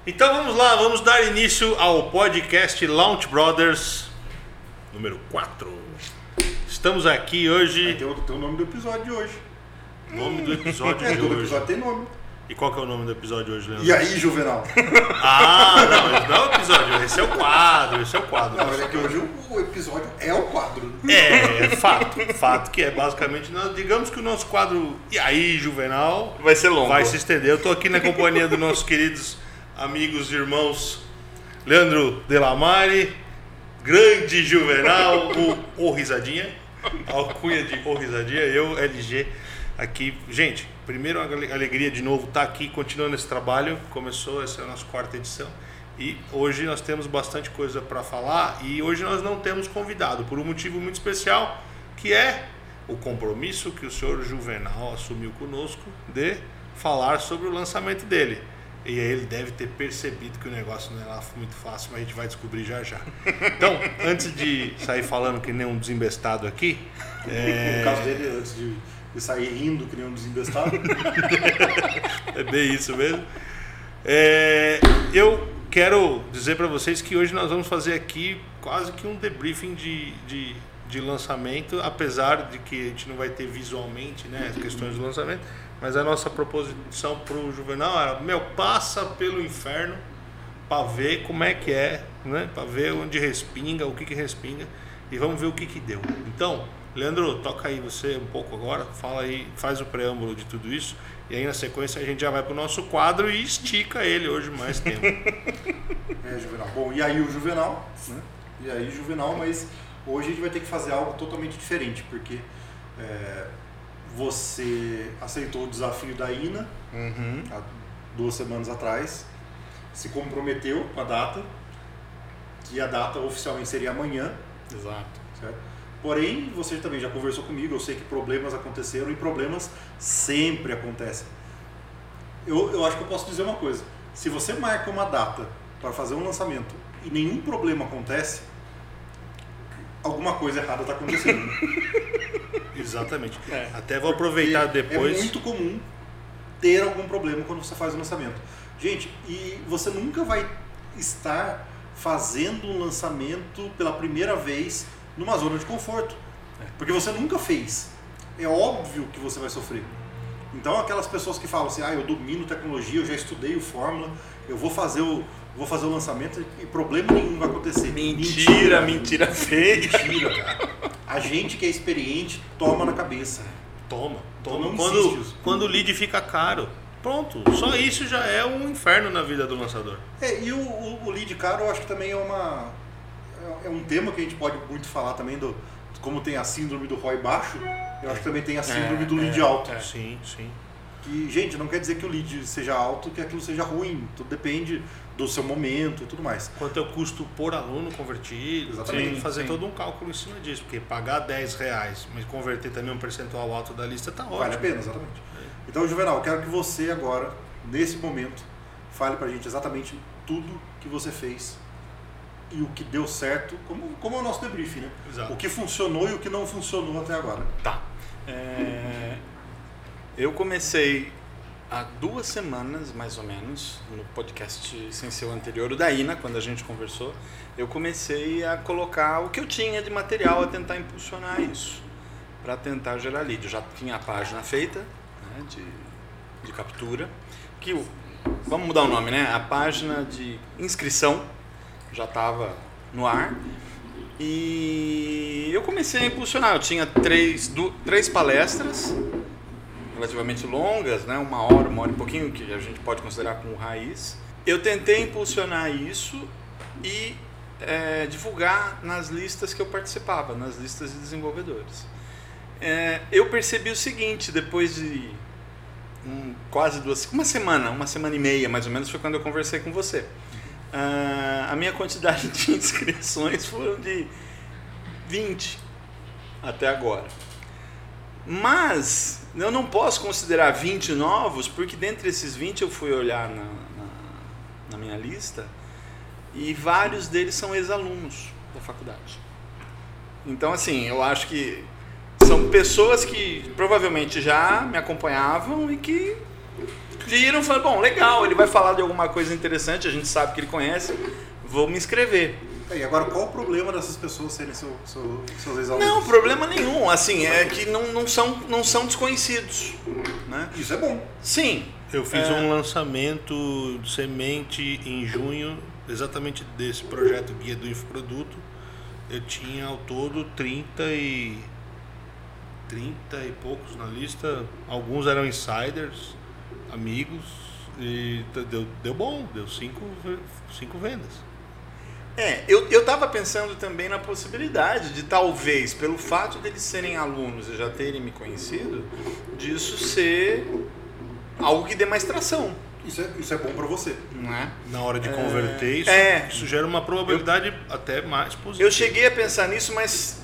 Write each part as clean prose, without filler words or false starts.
Então vamos lá, vamos dar início ao podcast Launch Brothers número 4. Estamos aqui hoje... Tem o nome do episódio de hoje. Nome do episódio de todo hoje. episódio tem nome. E qual que é o nome do episódio de hoje, Leandro? E aí, Juvenal? Ah, não, esse não é o episódio, esse é o quadro, Não, mas é que hoje o episódio é o quadro. É fato que é basicamente, digamos que o nosso quadro E aí, Juvenal, vai ser longo. Vai se estender. Eu estou aqui na companhia dos nossos queridos amigos e irmãos Leandro Delamare, grande Juvenal, o Risadinha, a alcunha de O Risadinha, eu, LG, aqui. Gente, primeiro uma alegria de novo estar aqui, continuando esse trabalho. Começou, essa é a nossa 4ª edição. E hoje nós temos bastante coisa para falar. E hoje nós não temos convidado, por um motivo muito especial, que é o compromisso que o senhor Juvenal assumiu conosco de falar sobre o lançamento dele. E aí ele deve ter percebido que o negócio não é lá muito fácil, mas a gente vai descobrir já já. Então, antes de sair falando que nem um desembestado aqui... No caso dele, antes de sair rindo que nem um desembestado. É bem isso mesmo. Eu quero dizer para vocês que hoje nós vamos fazer aqui quase que um debriefing de lançamento, apesar de que a gente não vai ter visualmente, né, as questões do lançamento, mas a nossa proposição para o Juvenal era, passa pelo inferno para ver como é que é, né, para ver onde respinga, o que respinga, e vamos ver o que deu. Então, Leandro, toca aí você um pouco agora, fala aí, faz o preâmbulo de tudo isso, e aí na sequência a gente já vai para o nosso quadro e estica ele hoje mais tempo. Juvenal. Bom, e aí o Juvenal, né? E aí Juvenal, mas hoje a gente vai ter que fazer algo totalmente diferente, porque você aceitou o desafio da INA há 2 semanas atrás, se comprometeu com a data, que a data oficialmente seria amanhã. Exato. Certo? Porém, você também já conversou comigo, eu sei que problemas aconteceram e problemas sempre acontecem. Eu acho que eu posso dizer uma coisa, se você marca uma data para fazer um lançamento e nenhum problema acontece, alguma coisa errada está acontecendo. Exatamente. Até vou aproveitar depois. É muito comum ter algum problema quando você faz o lançamento. Gente, e você nunca vai estar fazendo um lançamento pela primeira vez numa zona de conforto, porque você nunca fez. É óbvio que você vai sofrer. Então aquelas pessoas que falam assim, eu domino tecnologia, eu já estudei o Fórmula, eu vou fazer o lançamento e problema nenhum vai acontecer. Mentira feia. Mentira, cara. A gente que é experiente toma na cabeça. Toma. Então Quando o lead fica caro, pronto. Só isso já é um inferno na vida do lançador. E o lead caro eu acho que também é um tema que a gente pode muito falar também como tem a síndrome do ROI baixo, eu acho que também tem a síndrome do lead alto. Sim. Que, gente, não quer dizer que o lead seja alto, que aquilo seja ruim. Tudo depende do seu momento e tudo mais. Quanto é o custo por aluno convertido. Exatamente. Tem que fazer todo um cálculo em cima disso, porque pagar R$10, mas converter também um percentual alto da lista tá ótimo. Vale a pena, exatamente. Então, Juvenal, eu quero que você agora, nesse momento, fale pra gente exatamente tudo que você fez e o que deu certo, como é o nosso debriefing, né? Exato. O que funcionou e o que não funcionou até agora. Tá. Eu comecei há 2 semanas, mais ou menos, no podcast sem ser o anterior, o da INA, quando a gente conversou, eu comecei a colocar o que eu tinha de material, a tentar impulsionar isso, para tentar gerar lead. Eu já tinha a página feita, né, de captura, vamos mudar o nome, né? A página de inscrição já estava no ar e eu comecei a impulsionar. Eu tinha 3 palestras relativamente longas, né? 1 hora e pouquinho, que a gente pode considerar como raiz. Eu tentei impulsionar isso e divulgar nas listas que eu participava, nas listas de desenvolvedores. Eu percebi o seguinte, depois de quase uma semana e meia mais ou menos, foi quando eu conversei com você. A minha quantidade de inscrições foram de 20 até agora. Mas eu não posso considerar 20 novos, porque dentre esses 20 eu fui olhar na minha lista e vários deles são ex-alunos da faculdade. Então, assim, eu acho que são pessoas que provavelmente já me acompanhavam e que Viram e falaram, bom, legal, ele vai falar de alguma coisa interessante, a gente sabe que ele conhece, vou me inscrever. E agora, qual o problema dessas pessoas serem seus ex-alunos? Não, problema nenhum, assim, é que não são desconhecidos, né? Isso é bom. Sim. Eu fiz um lançamento de semente em junho, exatamente desse projeto Guia do Infoproduto. Eu tinha ao todo 30 e poucos na lista. Alguns eram insiders, amigos, e deu bom, deu 5 vendas. Eu estava pensando também na possibilidade de talvez, pelo fato deles serem alunos e já terem me conhecido, disso ser algo que dê mais tração. Isso é bom para você. Não é? Na hora de converter, isso gera uma probabilidade até mais positiva. Eu cheguei a pensar nisso, mas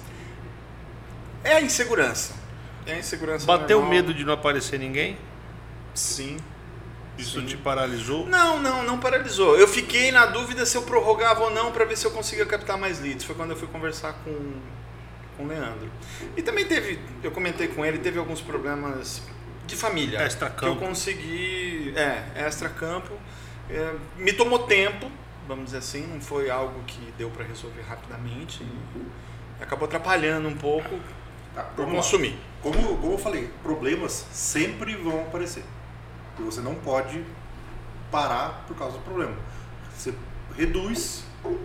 é a insegurança. Bateu normal. medo de não aparecer ninguém? Sim. Isso te paralisou? Não paralisou. Eu fiquei na dúvida se eu prorrogava ou não para ver se eu conseguia captar mais leads. Foi quando eu fui conversar com o Leandro. E também eu comentei com ele, teve alguns problemas de família. Extra-campo. Que eu consegui, extra-campo. Me tomou tempo, vamos dizer assim, não foi algo que deu para resolver rapidamente. E acabou atrapalhando um pouco por consumir. Como eu falei, problemas sempre vão aparecer. E você não pode parar por causa do problema. Você reduz,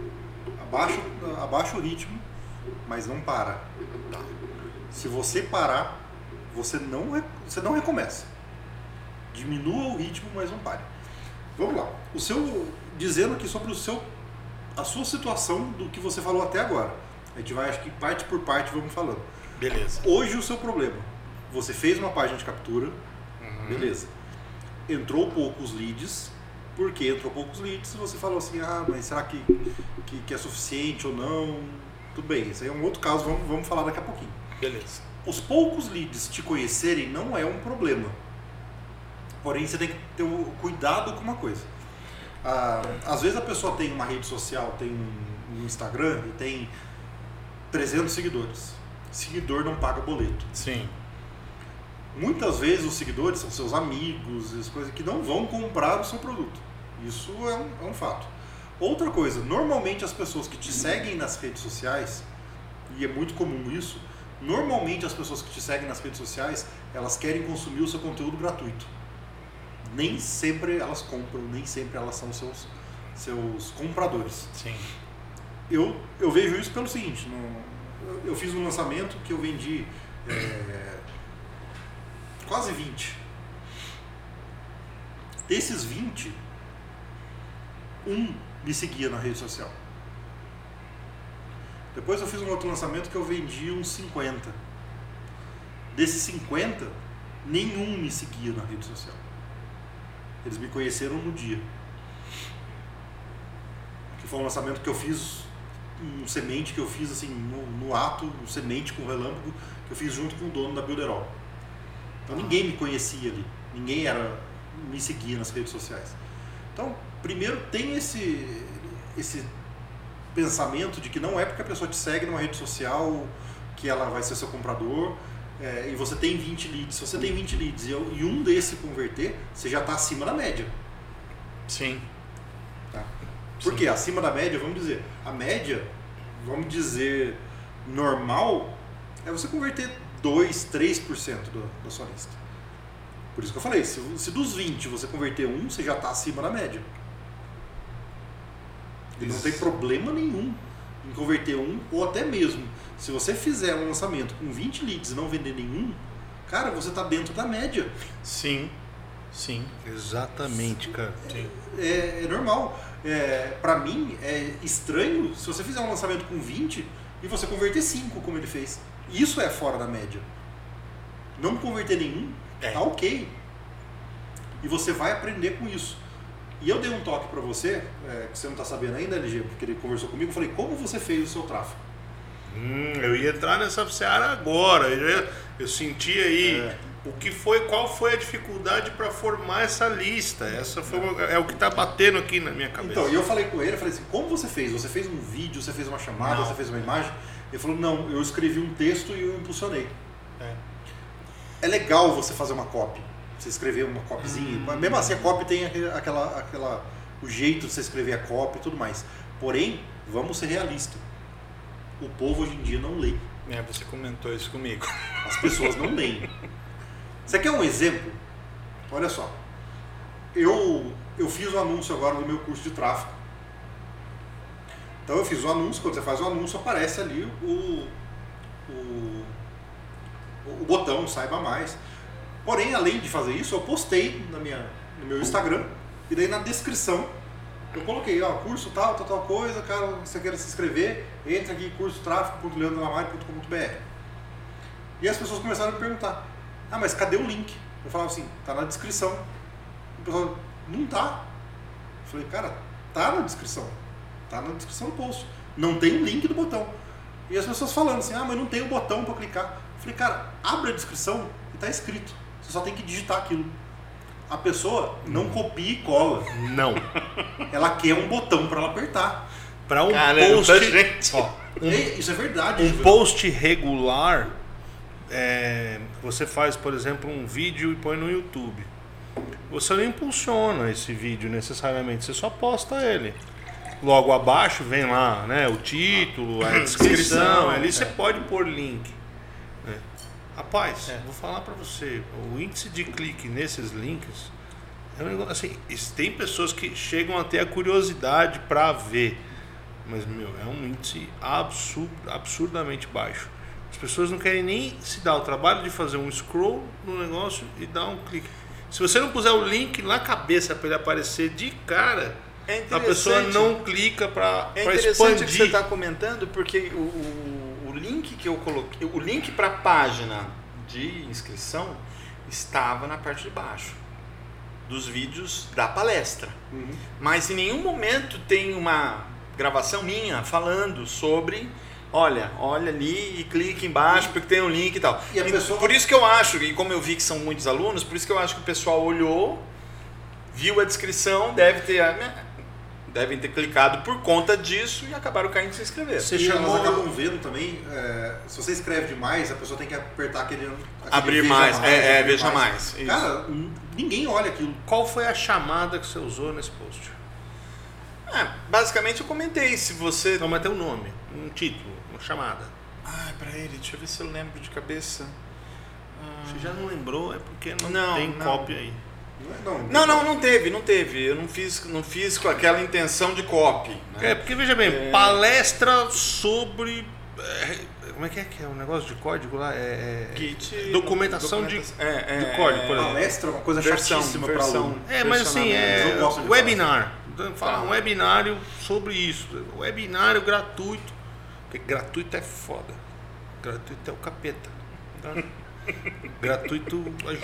abaixa o ritmo, mas não para. Se você parar, você não recomeça. Diminua o ritmo, mas não pare. Vamos lá. Dizendo aqui sobre a sua situação do que você falou até agora. A gente vai, acho que parte por parte, vamos falando. Beleza. Hoje o seu problema. Você fez uma página de captura, beleza. Entrou poucos leads. Por que entrou poucos leads? Você falou assim, mas será que é suficiente ou não? Tudo bem, isso aí é um outro caso, vamos falar daqui a pouquinho. Beleza. Os poucos leads te conhecerem não é um problema. Porém, você tem que ter cuidado com uma coisa. Às vezes a pessoa tem uma rede social, tem um Instagram e tem 300 seguidores. Seguidor não paga boleto. Sim. Muitas vezes os seguidores são seus amigos, as coisas que não vão comprar o seu produto. Isso é um fato. Outra coisa, normalmente as pessoas que te seguem nas redes sociais, e é muito comum isso, normalmente as pessoas que te seguem nas redes sociais, elas querem consumir o seu conteúdo gratuito. Nem sempre elas compram, nem sempre elas são seus compradores. Sim. Eu vejo isso pelo seguinte, eu fiz um lançamento que eu vendi quase 20. Desses 20, um me seguia na rede social. Depois eu fiz um outro lançamento que eu vendi uns 50. Desses 50, nenhum me seguia na rede social. Eles me conheceram no dia. Que foi um lançamento que eu fiz, um semente que eu fiz assim no ato, um semente com relâmpago, que eu fiz junto com o dono da Builderall. Então ninguém me conhecia ali, ninguém me seguia nas redes sociais. Então, primeiro tem esse pensamento de que não é porque a pessoa te segue numa rede social que ela vai ser seu comprador, e você tem 20 leads. Se você tem 20 leads e um desse converter, você já está acima da média. Sim. Tá? Porque acima da média, vamos dizer, a média, vamos dizer, normal, é você converter 2, 3% da sua lista. Por isso que eu falei, se dos 20 você converter 1, você já está acima da média. E não tem problema nenhum em converter 1, ou até mesmo, se você fizer um lançamento com 20 leads e não vender nenhum, cara, você está dentro da média. Sim. Sim. Exatamente, cara. É normal. Para mim, é estranho se você fizer um lançamento com 20 e você converter 5, como ele fez. Isso é fora da média. Não converter nenhum, tá ok. E você vai aprender com isso. E eu dei um toque para você, que você não está sabendo ainda, LG, porque ele conversou comigo, eu falei, como você fez o seu tráfego? Eu ia entrar nessa seara agora. Eu senti aí qual foi a dificuldade para formar essa lista. Essa foi o que está batendo aqui na minha cabeça. Então, e eu falei com ele, eu falei assim, como você fez? Você fez um vídeo, você fez uma chamada, você fez uma imagem? Ele falou, não, eu escrevi um texto e eu impulsionei. É legal você fazer uma copy. você escrever uma copyzinha. Mesmo assim, a copy tem o jeito de você escrever a copy e tudo mais. Porém, vamos ser realistas. O povo hoje em dia não lê. Você comentou isso comigo. As pessoas não leem. Você quer um exemplo? Olha só. Eu fiz um anúncio agora no meu curso de tráfego. Então eu fiz um anúncio, quando você faz um anúncio aparece ali o botão Saiba Mais. Porém, além de fazer isso, eu postei no meu Instagram e daí na descrição eu coloquei, curso tal coisa, cara, se você quer se inscrever, entra aqui cursotrafego.leandrolamari.com.br. E as pessoas começaram a me perguntar, mas cadê o link? Eu falava assim, tá na descrição. O pessoal, não tá. Eu falei, cara, tá na descrição. Tá na descrição do post. Não tem o link do botão. E as pessoas falando assim, mas não tem o botão para clicar. Eu falei, cara, abre a descrição e tá escrito. Você só tem que digitar aquilo. A pessoa não copia e cola. Não. Ela quer um botão para ela apertar. Para um post... gente. Isso é verdade. Um post regular, você faz, por exemplo, um vídeo e põe no YouTube. Você não impulsiona esse vídeo necessariamente, você só posta ele. Logo abaixo vem lá, né, o título, a descrição, ali você pode pôr link. Rapaz, vou falar pra você, o índice de clique nesses links é um negócio assim, tem pessoas que chegam a ter a curiosidade pra ver, mas é um índice absurdamente baixo. As pessoas não querem nem se dar o trabalho de fazer um scroll no negócio e dar um clique. Se você não puser o link na cabeça para ele aparecer de cara, a pessoa não clica para expandir. É interessante o que você está comentando, porque o link que eu coloquei, o link para a página de inscrição estava na parte de baixo dos vídeos da palestra. Mas em nenhum momento tem uma gravação minha falando sobre... Olha ali e clique embaixo porque tem um link e tal. E a pessoa... Por isso que eu acho, e como eu vi que são muitos alunos, por isso que eu acho que o pessoal olhou, viu a descrição, devem ter clicado por conta disso e acabaram caindo e se inscrever. Elas acabam vendo também, se você escreve demais, a pessoa tem que apertar aquele abrir mais, veja mais. Cara, ninguém olha aquilo. Qual foi a chamada que você usou nesse post? Basicamente eu comentei, se você... Não, mas tem um nome, um título, uma chamada. Peraí, deixa eu ver se eu lembro de cabeça. Você já não lembrou, é porque não tem cópia aí. Não teve. Eu não fiz com aquela intenção de copy. Né? Porque veja bem, palestra sobre... como é que é o negócio de código lá? Git, documentação de código, por exemplo. Palestra é uma coisa chatíssima para aluno. Mas assim, webinar. Fala um webinário sobre isso. Webinário gratuito. Porque gratuito é foda. Gratuito é o capeta. Tá? Gratuito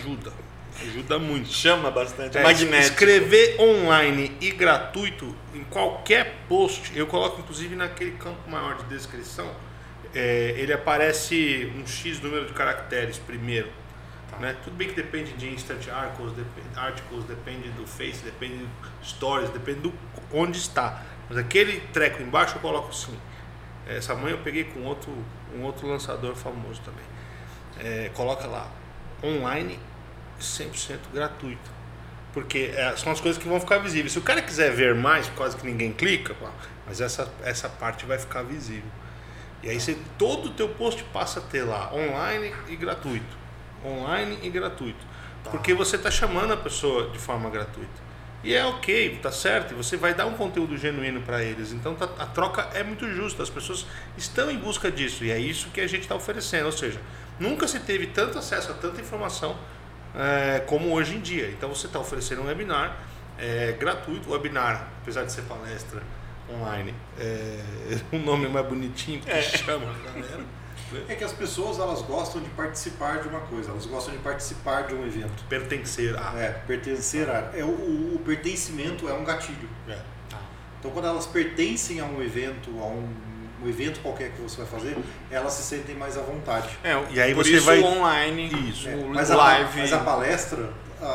ajuda muito. Chama bastante. Magnético. Escrever online e gratuito em qualquer post, eu coloco inclusive naquele campo maior de descrição, ele aparece um X número de caracteres primeiro. Né? Tudo bem que depende de Instant Articles, depende do Face, depende do Stories, depende do onde está. Mas aquele treco embaixo eu coloco assim. Essa manhã eu peguei com um outro lançador famoso também. Coloca lá, online 100% gratuito. Porque são as coisas que vão ficar visíveis. Se o cara quiser ver mais, por causa que ninguém clica, mas essa parte vai ficar visível. E aí todo o teu post passa a ter lá, online e gratuito. Online e gratuito. Porque você está chamando a pessoa de forma gratuita. E é ok, tá certo, e você vai dar um conteúdo genuíno para eles. Então a troca é muito justa, as pessoas estão em busca disso. E é isso que a gente está oferecendo. Ou seja, nunca se teve tanto acesso a tanta informação como hoje em dia. Então você está oferecendo um webinar gratuito. O webinar, apesar de ser palestra online, um nome mais bonitinho que chama a galera. É que as pessoas elas gostam de participar de uma coisa, elas gostam de participar de um evento. Pertencer a. Pertencer a. O pertencimento é um gatilho. Então quando elas pertencem a um evento, um evento qualquer que você vai fazer, elas se sentem mais à vontade. E aí você vai online, mas live. Mas a palestra,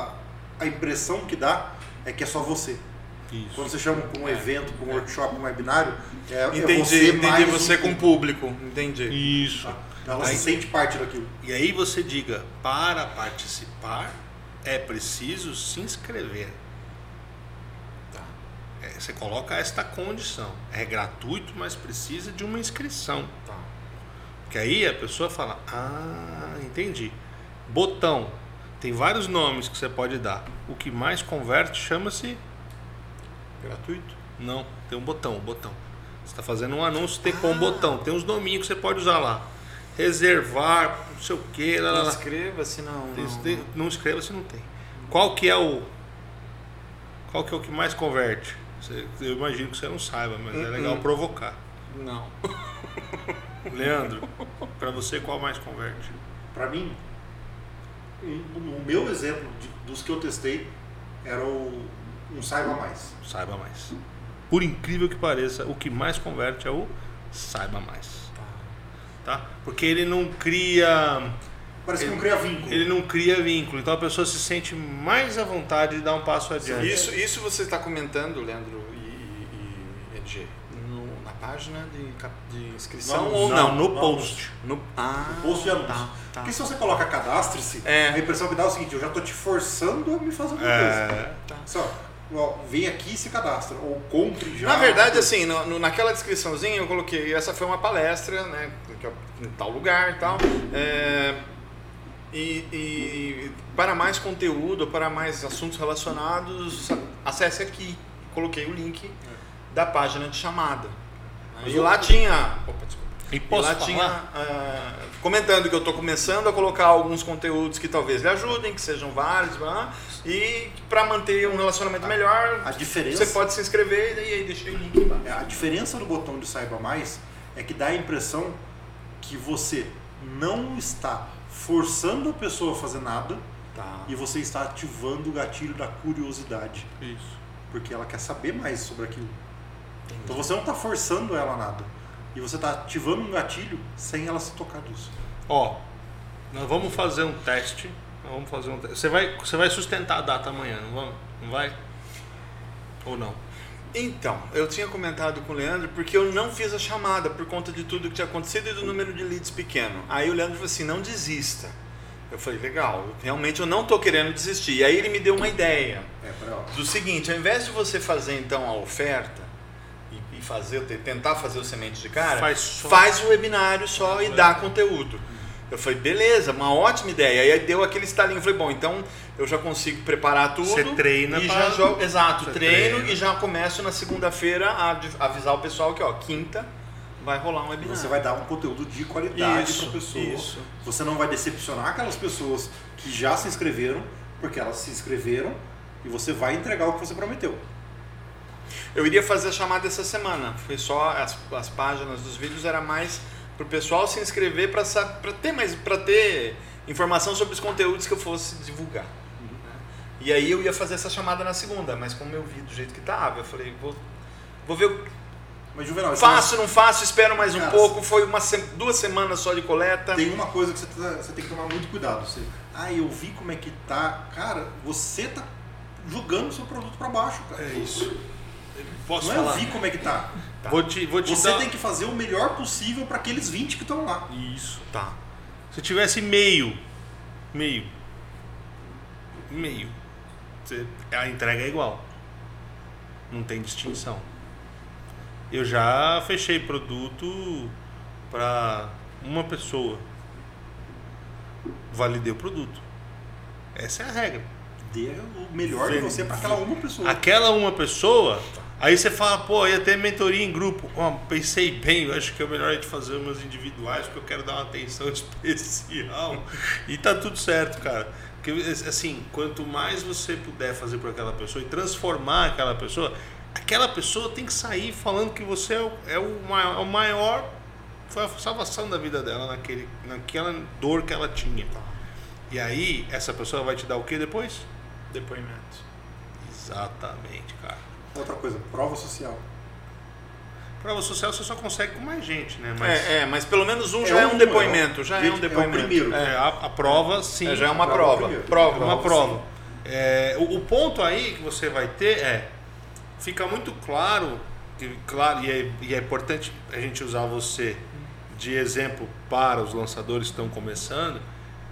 a impressão que dá é que é só você. Isso. Quando você chama para um evento, para um workshop, um webinário, entendi você com o público. Entendi. Isso. Ela se sente parte daquilo. E aí você diga, para participar, é preciso se inscrever. Tá. Você coloca esta condição. É gratuito, mas precisa de uma inscrição. Tá. Que aí a pessoa fala, entendi. Botão. Tem vários nomes que você pode dar. O que mais converte chama-se... Gratuito? Não, tem um botão, Você está fazendo um anúncio, tem com um botão. Tem uns nominhos que você pode usar lá. Reservar, não sei o que. Não inscreva-se, não. Não inscreva-se, não tem. Qual que é o que mais converte? Eu imagino que você não saiba, mas é legal provocar. Não. Leandro, para você qual mais converte? Para mim, o meu exemplo dos que eu testei era um Saiba Mais. Saiba Mais. Por incrível que pareça, o que mais converte é o Saiba Mais. Tá? Porque ele não cria... Parece que não cria vínculo. Ele não cria vínculo. Então a pessoa se sente mais à vontade de dar um passo adiante. Isso você está comentando, Leandro e EDG, na página de inscrição ou não? No post. No post de anúncio. Tá. Porque se você coloca cadastre-se, a impressão que dá é o seguinte, eu já estou te forçando a me fazer alguma coisa. Tá. Só, vem aqui e se cadastra, ou compre já. Na verdade, assim, naquela descriçãozinha eu coloquei, essa foi uma palestra, né, em tal lugar e tal, e para mais conteúdo, para mais assuntos relacionados, acesse aqui. Coloquei o link da página de chamada. E lá tinha... Opa, desculpa. E lá tinha comentando que eu estou começando a colocar alguns conteúdos que talvez lhe ajudem, que sejam vários, e para manter um relacionamento melhor, a diferença, você pode se inscrever e aí deixei o link embaixo. A diferença do botão de Saiba Mais é que dá a impressão que você não está forçando a pessoa a fazer nada, e você está ativando o gatilho da curiosidade. Isso. Porque ela quer saber mais sobre aquilo. Entendi. Então você não está forçando ela a nada. E você está ativando um gatilho sem ela se tocar disso. Nós vamos fazer um teste. Você vai sustentar a data amanhã, não vamos? Não vai? Ou não? Então, eu tinha comentado com o Leandro porque eu não fiz a chamada por conta de tudo que tinha acontecido e do número de leads pequeno. Aí o Leandro falou assim, não desista. Eu falei, legal, realmente eu não estou querendo desistir. E aí ele me deu uma ideia do seguinte, ao invés de você fazer então a oferta e tentar fazer o semente de cara, faz o webinário só e dá conteúdo. Eu falei, beleza, uma ótima ideia. Aí deu aquele estalinho, eu falei, bom, então eu já consigo preparar tudo. Você treina e já jogo, treino e já começo na segunda-feira a avisar o pessoal que quinta vai rolar um webinar. Você vai dar um conteúdo de qualidade para a pessoa. Isso. Você não vai decepcionar aquelas pessoas que já se inscreveram, porque elas se inscreveram e você vai entregar o que você prometeu. Eu iria fazer a chamada essa semana. Foi só as páginas dos vídeos, era mais para o pessoal se inscrever para ter informação sobre os conteúdos que eu fosse divulgar. E aí eu ia fazer essa chamada na segunda, mas como eu vi do jeito que estava, eu falei, vou ver. Mas, Juvenal, faço, não faço, espero mais um pouco. Foi 2 semanas só de coleta. Tem uma coisa que você tem que tomar muito cuidado. Eu vi como é que tá. Cara, você tá jogando o seu produto para baixo, cara. É isso. Posso falar? Eu vi como é que tá. Vou te você tem que fazer o melhor possível para aqueles 20 que estão lá. Isso. Tá. Se tivesse meio, a entrega é igual. Não tem distinção. Eu já fechei produto para uma pessoa. Validei o produto. Essa é a regra. Dê o melhor de você para aquela uma pessoa. Aquela uma pessoa, aí você fala, ia ter mentoria em grupo. Pensei bem, eu acho que é melhor a gente fazer umas individuais, porque eu quero dar uma atenção especial. E tá tudo certo, cara. Porque, assim, quanto mais você puder fazer por aquela pessoa e transformar aquela pessoa tem que sair falando que você é o maior, foi a salvação da vida dela naquela dor que ela tinha. E aí, essa pessoa vai te dar o que depois? Depoimento. Exatamente, cara. Outra coisa, prova social. Prova social você só consegue com mais gente, né? Mas pelo menos já é um depoimento. Já é um depoimento. É o primeiro. A prova, sim. Já é uma prova. Uma prova. O ponto aí que você vai ter fica muito claro, e é importante a gente usar você de exemplo para os lançadores que estão começando, que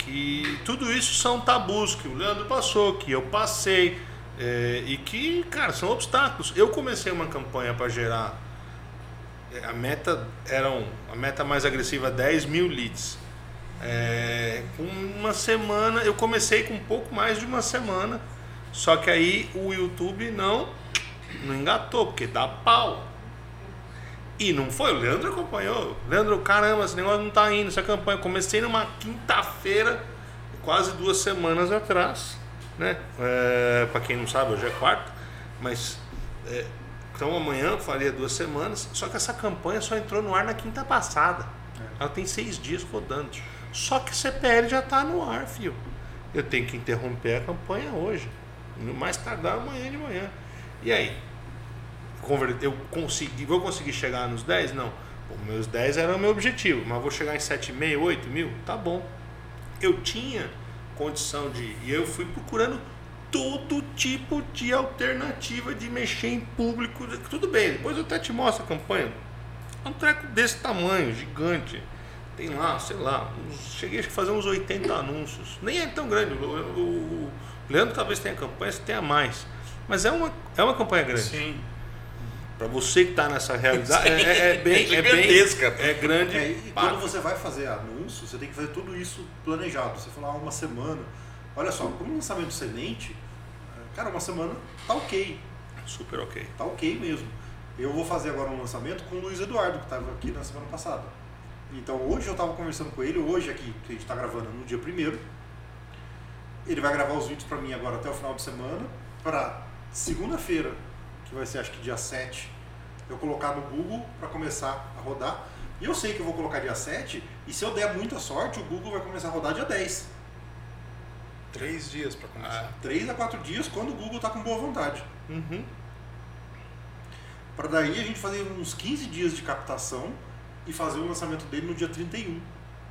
que tudo isso são tabus que o Leandro passou, que eu passei, e que, cara, são obstáculos. Eu comecei uma campanha para gerar, a meta mais agressiva, 10 mil leads. Com uma semana, eu comecei com um pouco mais de uma semana, só que aí o YouTube não engatou, porque dá pau. E não foi, o Leandro acompanhou. Leandro, caramba, esse negócio não tá indo, essa campanha. Eu comecei numa quinta-feira, quase 2 semanas atrás, né? Para quem não sabe, hoje é quarta, mas então amanhã eu faria 2 semanas. Só que essa campanha só entrou no ar na quinta passada. Ela tem 6 dias rodando. Só que a CPL já tá no ar, filho. Eu tenho que interromper a campanha hoje, no mais tardar amanhã de manhã. E aí? Vou conseguir chegar nos 10? Não. Pô, meus 10 era o meu objetivo, mas vou chegar em 7,5, 8 mil? Tá bom. Eu tinha condição e eu fui procurando todo tipo de alternativa de mexer em público. Tudo bem, depois eu até te mostro a campanha. É um treco desse tamanho, gigante. Tem lá, sei lá, cheguei a fazer uns 80 anúncios. Nem é tão grande. O Leandro talvez tenha campanha, você tenha mais. Mas é uma campanha grande. Sim. Para você que está nessa realidade, é bem gigantesca. É grande. E quando você vai fazer anúncio, você tem que fazer tudo isso planejado. Você falar uma semana. Olha só, para um lançamento semente, cara, uma semana tá ok. Super ok. Tá ok mesmo. Eu vou fazer agora um lançamento com o Luiz Eduardo, que estava aqui na semana passada. Então hoje eu estava conversando com ele, hoje aqui, que a gente está gravando no dia 1º. Ele vai gravar os vídeos para mim agora até o final de semana. Para segunda-feira, que vai ser acho que dia 7, eu colocar no Google para começar a rodar. E eu sei que eu vou colocar dia 7, e se eu der muita sorte, o Google vai começar a rodar dia 10. 3 dias para começar. 3 a 4 dias, quando o Google está com boa vontade. Uhum. Para daí a gente fazer uns 15 dias de captação e fazer o lançamento dele no dia 31.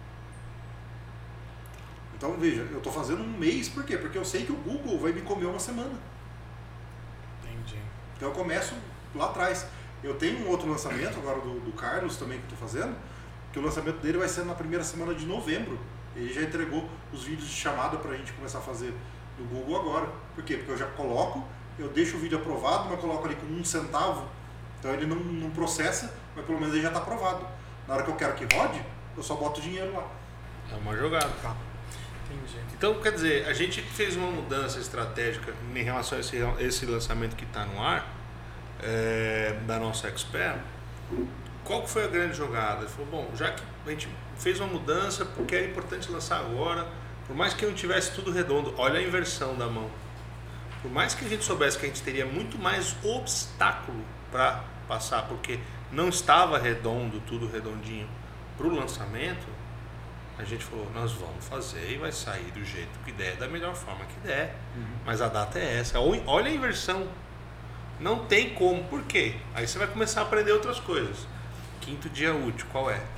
Então veja, eu estou fazendo um mês, por quê? Porque eu sei que o Google vai me comer uma semana. Entendi. Então eu começo lá atrás. Eu tenho um outro lançamento agora do Carlos também que eu estou fazendo, que o lançamento dele vai ser na primeira semana de novembro. Ele já entregou os vídeos de chamada para a gente começar a fazer no Google agora. Por quê? Porque eu já coloco, eu deixo o vídeo aprovado, mas coloco ali com 1 centavo. Então ele não processa, mas pelo menos ele já está aprovado. Na hora que eu quero que rode, eu só boto o dinheiro lá. É uma jogada. Tá. Entendi. Então, quer dizer, a gente fez uma mudança estratégica em relação a esse lançamento que está no ar, da nossa Expert. Qual que foi a grande jogada? Ele falou, bom, já que a gente fez uma mudança, porque era importante lançar agora, por mais que não tivesse tudo redondo, olha a inversão da mão. Por mais que a gente soubesse que a gente teria muito mais obstáculo para passar, porque não estava redondo, tudo redondinho, para o lançamento, a gente falou, nós vamos fazer e vai sair do jeito que der, da melhor forma que der. Mas a data é essa. Olha a inversão. Não tem como. Por quê? Aí você vai começar a aprender outras coisas. 5º dia útil, qual é?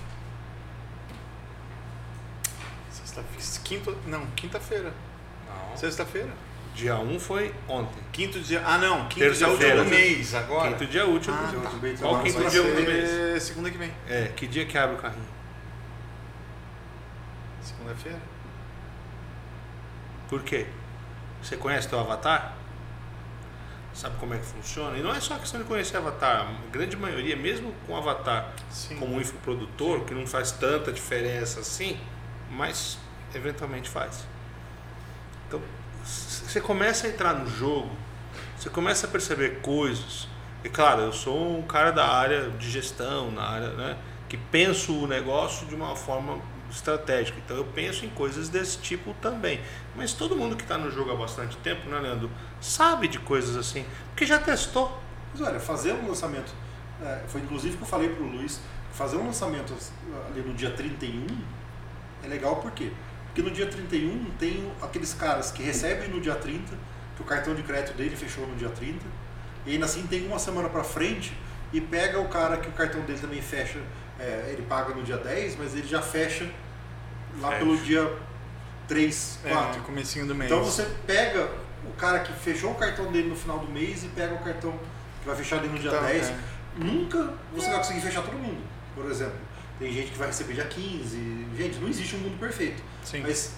Quinta-feira. Não. Sexta-feira. Dia 1 foi ontem. Quinto dia. Ah, não. Quinto dia útil Terça-feira. do mês agora. 5º dia útil. Ah, Dia tá. útil, bem, Qual agora 5º só dia vai útil do ser- mês? Segunda que vem. Que dia que abre o carrinho? Segunda-feira. Por quê? Você conhece teu avatar? Sabe como é que funciona? E não é só questão de conhecer avatar. A grande maioria, mesmo com avatar Sim. como um infoprodutor, que não faz tanta diferença assim, mas eventualmente faz. Então, você começa a entrar no jogo, você começa a perceber coisas. E claro, eu sou um cara da área de gestão, na área, né, que penso o negócio de uma forma estratégica. Então eu penso em coisas desse tipo também. Mas todo mundo que está no jogo há bastante tempo, né, Leandro, sabe de coisas assim, porque já testou. Mas olha, fazer um lançamento, foi inclusive que eu falei para o Luiz, fazer um lançamento ali no dia 31 é legal por quê? Porque no dia 31 tem aqueles caras que recebem no dia 30, que o cartão de crédito dele fechou no dia 30, e ainda assim tem uma semana para frente e pega o cara que o cartão dele também fecha, ele paga no dia 10, mas ele já fecha lá pelo dia 3, 4. No comecinho do mês. Então você pega o cara que fechou o cartão dele no final do mês e pega o cartão que vai fechar ali no dia Então, 10. Nunca você vai conseguir fechar todo mundo, por exemplo. Tem gente que vai receber dia 15. Gente, não existe um mundo perfeito. Sim. Mas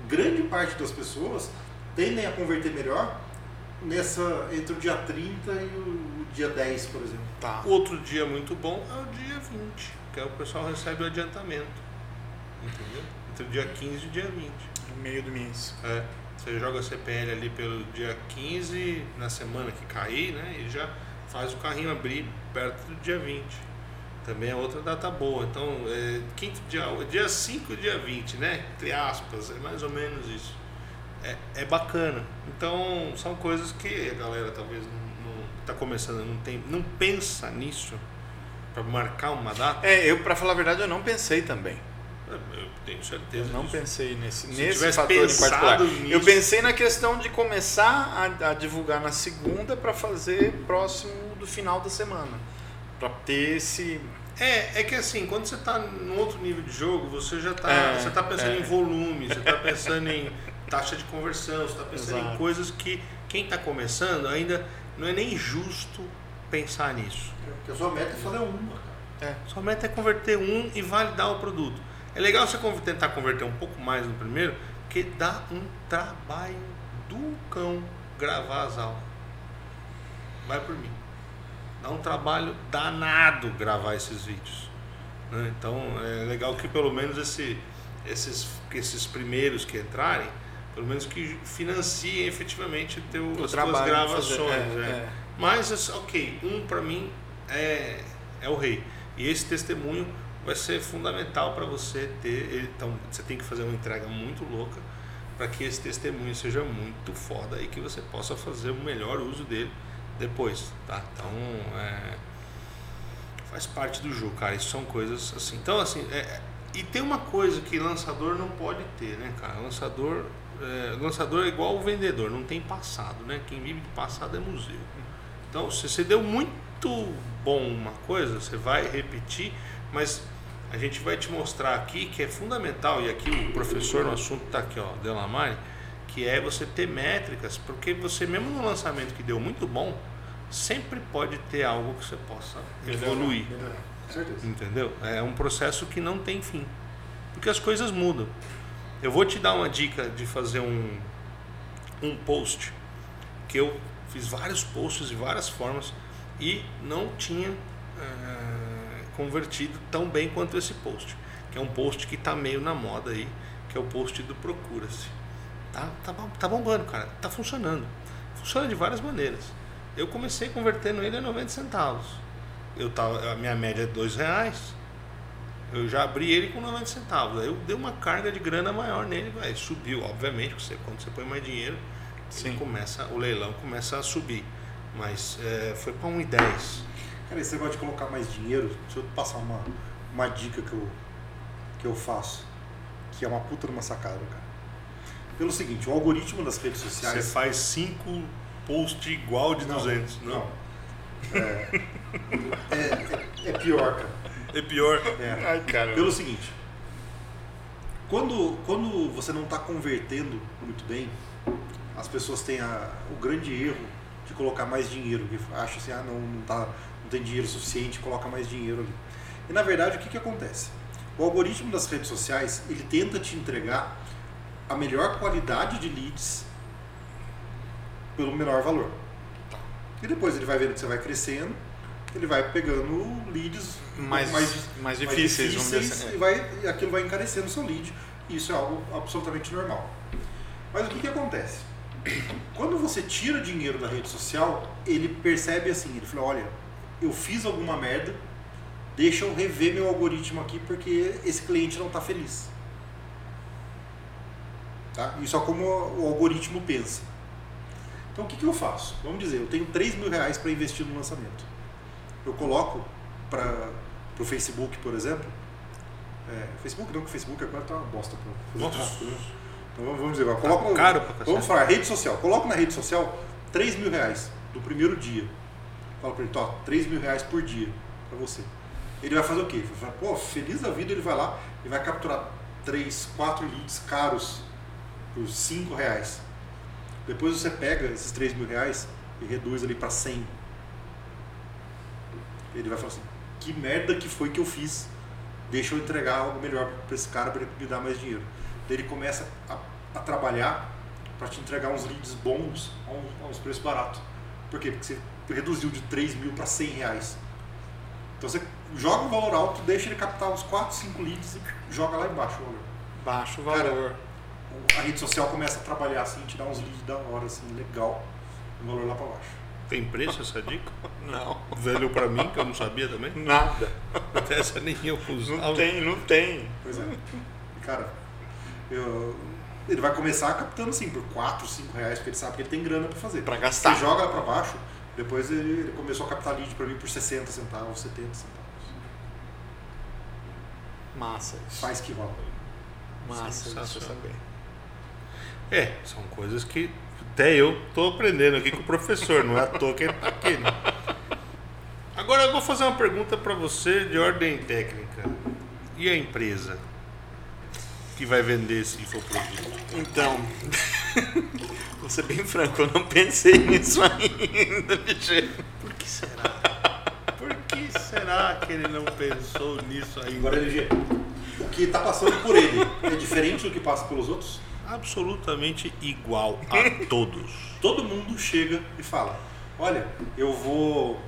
grande parte das pessoas tendem a converter melhor entre o dia 30 e o dia 10, por exemplo. Tá. Outro dia muito bom é o dia 20, que é o pessoal recebe o adiantamento. Entendeu? Entre o dia 15 e o dia 20. No meio do mês. Você joga a CPL ali pelo dia 15, na semana que cair, né? E já faz o carrinho abrir perto do dia 20. Também é outra data boa. Então, dia 5 e dia 20, né? Entre aspas, é mais ou menos isso. É bacana. Então, são coisas que a galera talvez não tá começando, não pensa nisso para marcar uma data. Pra falar a verdade, eu não pensei também. Eu tenho certeza Eu não disso. pensei nesse tivesse fator em particular. nisso- Eu pensei na questão de começar a divulgar na segunda para fazer próximo do final da semana. Para ter esse... É que assim, quando você está num outro nível de jogo, você já está você tá pensando em volume, você está pensando em taxa de conversão, você está pensando Exato. em coisas que quem está começando ainda não é nem justo pensar nisso. Porque a sua meta é fazer uma, cara. Sua meta é converter um e validar o produto. É legal você tentar converter um pouco mais no primeiro, porque dá um trabalho do cão gravar as aulas. Vai por mim. Dá um trabalho danado gravar esses vídeos, né? Então é legal que pelo menos esses primeiros que entrarem, pelo menos que financiem efetivamente as suas gravações. Mas ok, para mim é o rei. E esse testemunho vai ser fundamental para você ter. Então você tem que fazer uma entrega muito louca para que esse testemunho seja muito foda e que você possa fazer o melhor uso dele depois, tá? Então faz parte do jogo, cara. Isso são coisas assim. Então assim, e tem uma coisa que lançador não pode ter, né, cara? Lançador é igual o vendedor, não tem passado, né? Quem vive de passado é museu. Então, se você deu muito bom uma coisa, você vai repetir, mas a gente vai te mostrar aqui que é fundamental, e aqui o professor no assunto está aqui, ó, Delamare, que é você ter métricas, porque você mesmo no lançamento que deu muito bom, sempre pode ter algo que você possa evoluir. Com certeza. Entendeu? É um processo que não tem fim, porque as coisas mudam. Eu vou te dar uma dica de fazer um post, que eu fiz vários posts de várias formas e não tinha convertido tão bem quanto esse post, que é um post que está meio na moda aí, que é o post do Procura-se. Tá bombando, cara, tá funcionando. Funciona de várias maneiras. Eu comecei convertendo ele a 90 centavos. A minha média é R$2. Eu já abri ele com 90 centavos. Aí eu dei uma carga de grana maior nele, subiu, obviamente, quando você põe mais dinheiro, o leilão começa a subir. Mas foi para 1,10. Cara, esse negócio de colocar mais dinheiro, deixa eu passar uma dica que eu faço, que é uma puta numa sacada, cara. Pelo seguinte, o algoritmo das redes sociais... Você faz 5 posts igual de 200, não? É pior, cara. É pior. Ai, cara. Pelo seguinte, quando você não está convertendo muito bem, as pessoas têm o grande erro de colocar mais dinheiro, que acha assim, não tem dinheiro suficiente, coloca mais dinheiro ali. E na verdade, o que acontece? O algoritmo das redes sociais, ele tenta te entregar a melhor qualidade de leads pelo menor valor. E depois ele vai vendo que você vai crescendo, ele vai pegando leads mais difíceis, vamos dizer assim. E aquilo vai encarecendo o seu lead. E isso é algo absolutamente normal. Mas o que acontece? Quando você tira dinheiro da rede social, ele percebe assim, ele fala, olha, eu fiz alguma merda, deixa eu rever meu algoritmo aqui porque esse cliente não está feliz. Tá? Isso é como o algoritmo pensa. Então o que eu faço? Vamos dizer, eu tenho R$3.000 para investir no lançamento. Eu coloco para o Facebook, por exemplo. Facebook não, porque o Facebook agora está uma bosta para fazer tráfego, né? Então vamos dizer, coloco, caro pra vamos falar, rede social. Coloco na rede social R$3.000 do primeiro dia. Falo para ele, R$3.000 por dia para você. Ele vai fazer o quê? Ele vai falar, feliz da vida, ele vai lá e vai capturar 3, 4 leads caros por R$5. Depois você pega esses R$3.000 e reduz ali para 100. Ele vai falar assim, que merda que foi que eu fiz? Deixa eu entregar algo melhor para esse cara para ele me dar mais dinheiro. Daí ele começa a a trabalhar para te entregar uns leads bons a uns preços baratos. Por quê? Porque você reduziu de 3 mil para 100 reais. Então você joga um valor alto, deixa ele captar uns 4, 5 leads e joga lá embaixo o valor. Baixa o valor. A rede social começa a trabalhar assim, te dá uns leads da hora, assim, legal, o valor lá para baixo. Tem preço essa dica? Não. Velho pra mim, que eu não sabia também? Nada. Essa nem eu usava. Não tem. Pois é. E, cara, ele vai começar captando assim por 4, 5 reais, porque ele sabe que ele tem grana para fazer. Para gastar. Você joga lá para baixo, depois ele começou a captar lead para mim por 60 centavos, 70 centavos. Massa. Faz que rola. Massa, deixa eu saber. São coisas que até eu tô aprendendo aqui com o professor, não é à toa que ele tá aqui, né? Agora eu vou fazer uma pergunta para você de ordem técnica. E a empresa que vai vender esse infoproduto? Então, vou ser bem franco, eu não pensei nisso ainda, bicho. Por que será? Por que será que ele não pensou nisso ainda? Agora, LG, o que está passando por ele é diferente do que passa pelos outros? Absolutamente igual a todos. Todo mundo chega e fala, olha, eu vou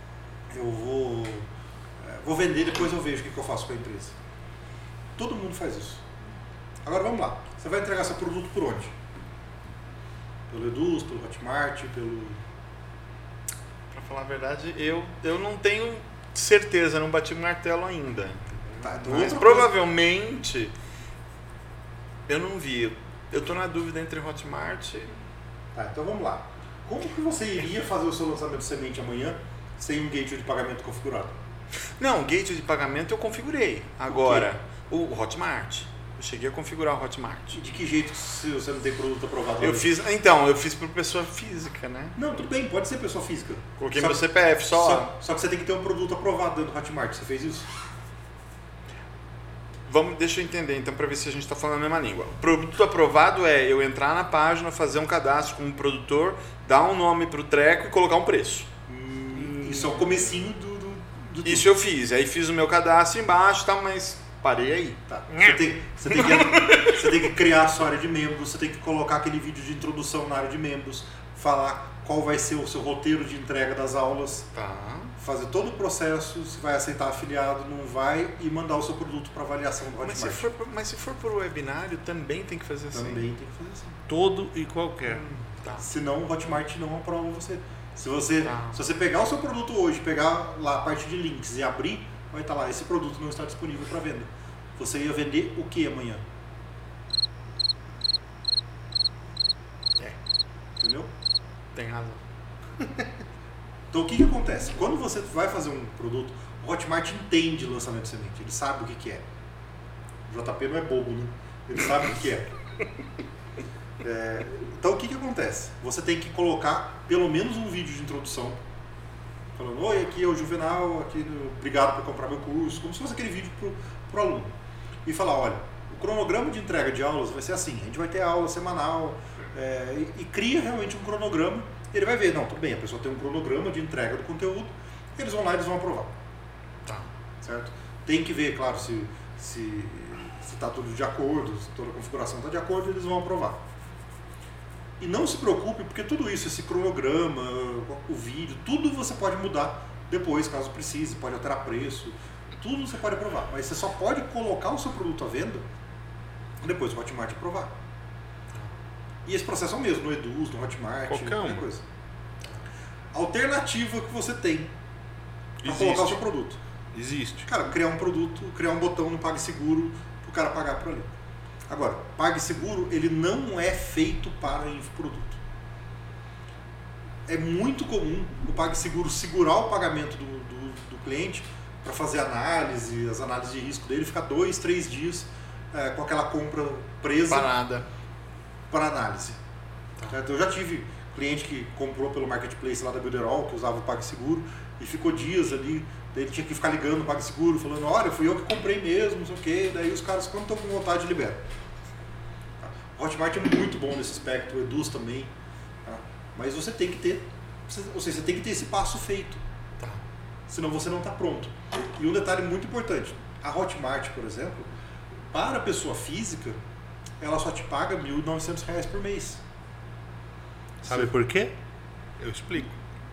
vender, depois eu vejo o que eu faço com a empresa. Todo mundo faz isso. Agora vamos lá, você vai entregar seu produto por onde? Pelo Eduz, pelo Hotmart, pelo... Pra falar a verdade, eu não tenho certeza, não bati o martelo ainda. Tá, então Mas provavelmente eu não vi. Eu tô na dúvida entre Hotmart e... Tá, então vamos lá. Como que você iria fazer o seu lançamento semente amanhã sem um gateway de pagamento configurado? Não, o gateway de pagamento eu configurei. Agora, o Hotmart. Eu cheguei a configurar o Hotmart. E de que jeito se você não tem produto aprovado? Eu fiz por pessoa física, né? Não, tudo bem, pode ser pessoa física. Coloquei meu CPF só. Só que você tem que ter um produto aprovado dentro do Hotmart. Você fez isso? Deixa eu entender então para ver se a gente está falando a mesma língua. O produto aprovado é eu entrar na página, fazer um cadastro com um produtor, dar um nome para o treco e colocar um preço. Isso é o comecinho do Isso eu fiz. Aí fiz o meu cadastro embaixo, tá, mas parei aí. Tá. Você tem que criar a sua área de membros, você tem que colocar aquele vídeo de introdução na área de membros, falar qual vai ser o seu roteiro de entrega das aulas, Tá. fazer todo o processo, se vai aceitar afiliado, não vai, e mandar o seu produto para avaliação do Hotmart. Mas se for por webinário, também tem que fazer assim. Também tem que fazer assim. Todo e qualquer. Tá. Senão o Hotmart não aprova você. Se você pegar o seu produto hoje, pegar lá a parte de links e abrir, vai estar lá, esse produto não está disponível para venda. Você ia vender o que amanhã? Entendeu? Tem razão. Então o que acontece? Quando você vai fazer um produto, o Hotmart entende lançamento de semente, ele sabe o que é. O JP não é bobo, né? Ele sabe o que é. Então o que acontece? Você tem que colocar pelo menos um vídeo de introdução falando, oi, aqui é o Juvenal, obrigado por comprar meu curso, como se fosse aquele vídeo pro aluno. E falar, olha, o cronograma de entrega de aulas vai ser assim, a gente vai ter aula semanal, e cria realmente um cronograma, ele vai ver, não, tudo bem, a pessoa tem um cronograma de entrega do conteúdo, eles vão lá e eles vão aprovar. Tá. Certo? Tem que ver, claro, se está tudo de acordo, se toda a configuração está de acordo, eles vão aprovar. E não se preocupe, porque tudo isso, esse cronograma, o vídeo, tudo você pode mudar depois, caso precise, pode alterar preço, tudo você pode aprovar. Mas você só pode colocar o seu produto à venda depois do Hotmart aprovar. E esse processo é o mesmo, no Eduz, no Hotmart, qualquer coisa. Alternativa que você tem para colocar o seu produto. Existe. Cara, criar um produto, criar um botão no PagSeguro para o cara pagar por ali. Agora, PagSeguro, ele não é feito para infoproduto. É muito comum o PagSeguro segurar o pagamento do cliente para fazer análise, as análises de risco dele, ficar 2, 3 dias com aquela compra presa para análise. Tá. Então, eu já tive cliente que comprou pelo marketplace lá da Builderall, que usava o PagSeguro, e ficou dias ali, daí ele tinha que ficar ligando o PagSeguro, falando, olha, fui eu que comprei mesmo, não sei o quê, daí os caras, quando estão com vontade, liberam. Tá. O Hotmart é muito bom nesse aspecto, o Eduz também, tá. Mas você tem que ter, ou seja, você tem que ter esse passo feito, Tá. Senão você não está pronto. E um detalhe muito importante, a Hotmart, por exemplo, para a pessoa física, ela só te paga R$ 1.900 por mês. Sabe por quê? Eu explico.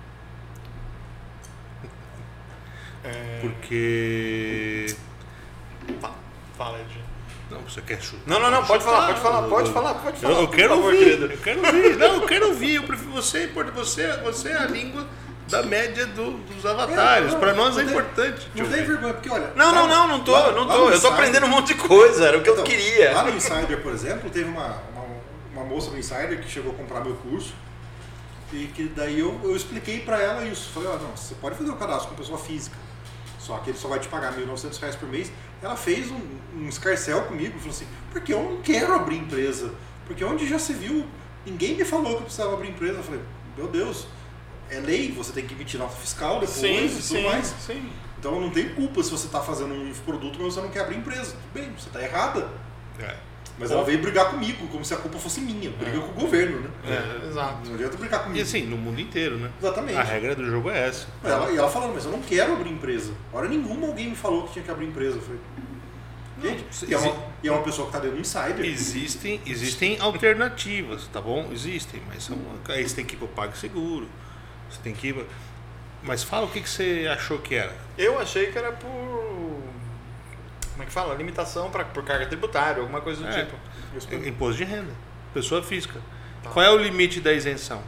Porque... Fala, Edinho. Não, você quer chutar? Não, pode falar. Eu quero ouvir, Não, eu quero ouvir. Eu prefiro você é a língua da média dos avatares. Pra nós é importante. Não tem vergonha, porque olha... Não tô. Eu tô aprendendo um monte de coisa, era o que eu queria. Lá no Insider, por exemplo, teve uma moça no Insider que chegou a comprar meu curso e que daí eu expliquei pra ela isso. Falei, não, você pode fazer o cadastro com pessoa física, só que ele só vai te pagar R$ 1.900 por mês. Ela fez um escarcéu comigo, falou assim, porque eu não quero abrir empresa, porque onde já se viu, ninguém me falou que eu precisava abrir empresa. Eu falei, meu Deus, é lei, você tem que emitir nota fiscal depois e tudo mais. Sim. Então não tem culpa se você está fazendo um infoproduto, mas você não quer abrir empresa. Tudo bem, você está errada. Mas ela veio brigar comigo, como se a culpa fosse minha. Briga com o governo, né? Exato. Não adianta brigar comigo. E assim, no mundo inteiro, né? Exatamente. A regra do jogo é essa. E ela falando, mas eu não quero abrir empresa. Hora nenhuma alguém me falou que tinha que abrir empresa. Eu falei, gente, e é uma pessoa que está dentro do Insider. Existem alternativas, tá bom? Existem, mas aí você tem que ir pro PagSeguro. Você tem que ir... Mas fala o que você achou que era. Eu achei que era por... Como é que fala? Limitação por carga tributária, alguma coisa do tipo. Imposto de renda. Pessoa física. Tá. Qual é o limite da isenção?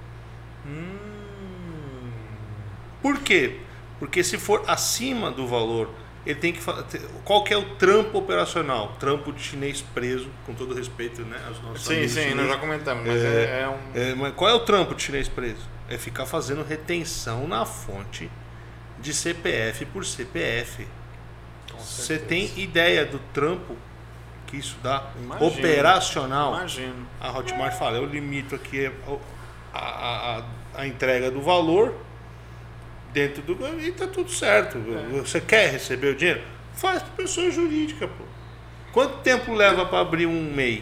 Por quê? Porque se for acima do valor, ele tem que... Qual que é o trampo operacional? Trampo de chinês preso, com todo respeito, né? Aos nossos amigos chineses. Nós já comentamos, mas mas qual é o trampo de chinês preso? É ficar fazendo retenção na fonte de CPF por CPF. Você tem ideia do trampo que isso dá? Operacional? Imagino. A Hotmart fala, eu limito aqui a entrega do valor dentro do... E tá tudo certo. Você quer receber o dinheiro? Faz para pessoa jurídica, pô. Quanto tempo leva para abrir um MEI?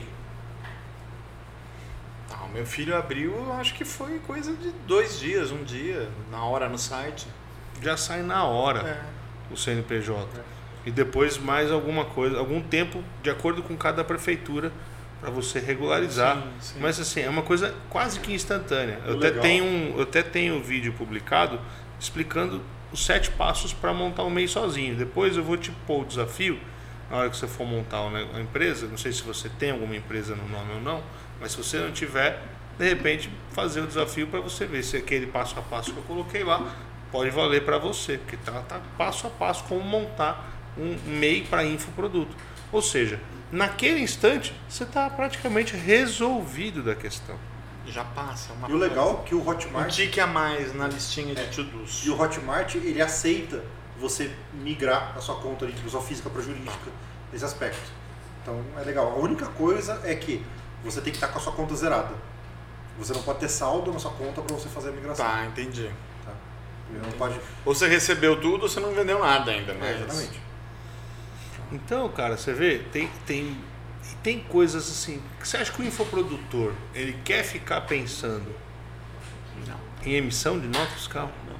O meu filho abriu, acho que foi coisa de 2 dias, 1 dia, na hora no site. Já sai na hora o CNPJ. E depois mais alguma coisa, algum tempo, de acordo com cada prefeitura, para você regularizar. Sim. Mas assim, é uma coisa quase que instantânea. Eu até tenho um vídeo publicado explicando os 7 passos para montar um MEI sozinho. Depois eu vou te pôr o desafio, na hora que você for montar uma empresa, não sei se você tem alguma empresa no nome ou não, mas se você não tiver, de repente fazer o desafio para você ver se aquele passo a passo que eu coloquei lá pode valer para você, porque tá passo a passo como montar um MEI para infoproduto. Ou seja, naquele instante você está praticamente resolvido da questão. Já passa. E o legal é que o Hotmart... Um tique a mais na listinha de to-dos. E o Hotmart, ele aceita você migrar a sua conta de pessoa física para jurídica, nesse aspecto. Então é legal. A única coisa é que você tem que estar com a sua conta zerada. Você não pode ter saldo na sua conta para você fazer a migração. Tá, entendi. Tá? Não pode... Ou você recebeu tudo ou você não vendeu nada ainda. Mas... exatamente. Então, cara, você vê, tem coisas assim. Você acha que o infoprodutor ele quer ficar pensando em emissão de nota fiscal? Não.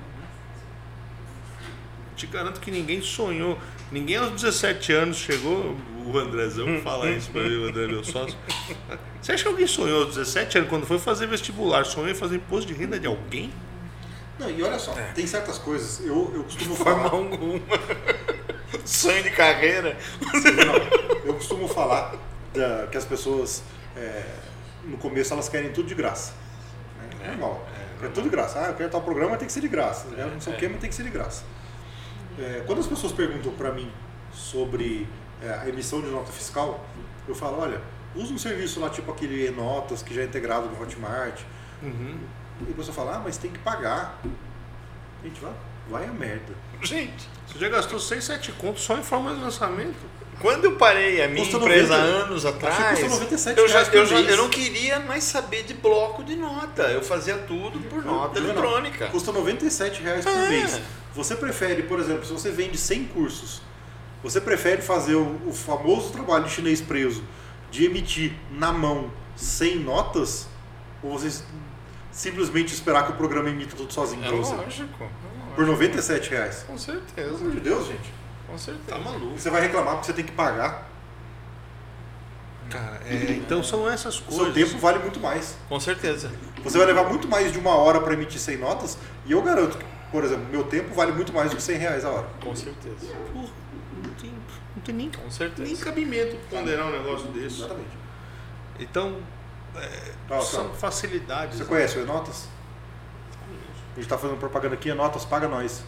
Te garanto que ninguém sonhou. Ninguém aos 17 anos chegou. O Andrezão fala isso pra mim, o André, meu sócio. Você acha que alguém sonhou aos 17 anos, quando foi fazer vestibular, sonhou em fazer imposto de renda de alguém? Não, e olha só, tem certas coisas. Eu costumo Forma falar. alguma. Sonho de carreira. Não, eu costumo falar que as pessoas, no começo, elas querem tudo de graça. É normal. É tudo de graça. Eu quero tal programa, tem que ser de graça. Não sei o que, mas tem que ser de graça. Quando as pessoas perguntam para mim sobre a emissão de nota fiscal, eu falo, olha, usa um serviço lá, tipo aquele E-Notas, que já é integrado no Hotmart. E a pessoa fala, mas tem que pagar. Gente, vai a merda. Gente, você já gastou 6, 7 contos só em forma de lançamento? Quando eu parei a minha empresa anos atrás, eu não queria mais saber de bloco de nota. Eu fazia tudo por nota eletrônica. Custa R$97 por mês. Você prefere, por exemplo, se você vende 100 cursos, você prefere fazer o famoso trabalho de chinês preso, de emitir na mão 100 notas, ou você simplesmente esperar que o programa emita tudo sozinho para você? Lógico. Por R$97. Com certeza. Pelo amor de Deus, gente. Com certeza. Tá maluco. Você vai reclamar porque você tem que pagar. cara. Então são essas O coisas. seu tempo vale muito mais. Com certeza. Você vai levar muito mais de 1 hora para emitir 100 notas e eu garanto que, por exemplo, meu tempo vale muito mais do que R$100 a hora. Com certeza. Porra, não tem nem, Com certeza. nem cabimento ponderar um negócio desse. Exatamente. Então, são facilidades. Você conhece o E-Notas? A gente tá fazendo propaganda aqui, E-Notas, paga nós.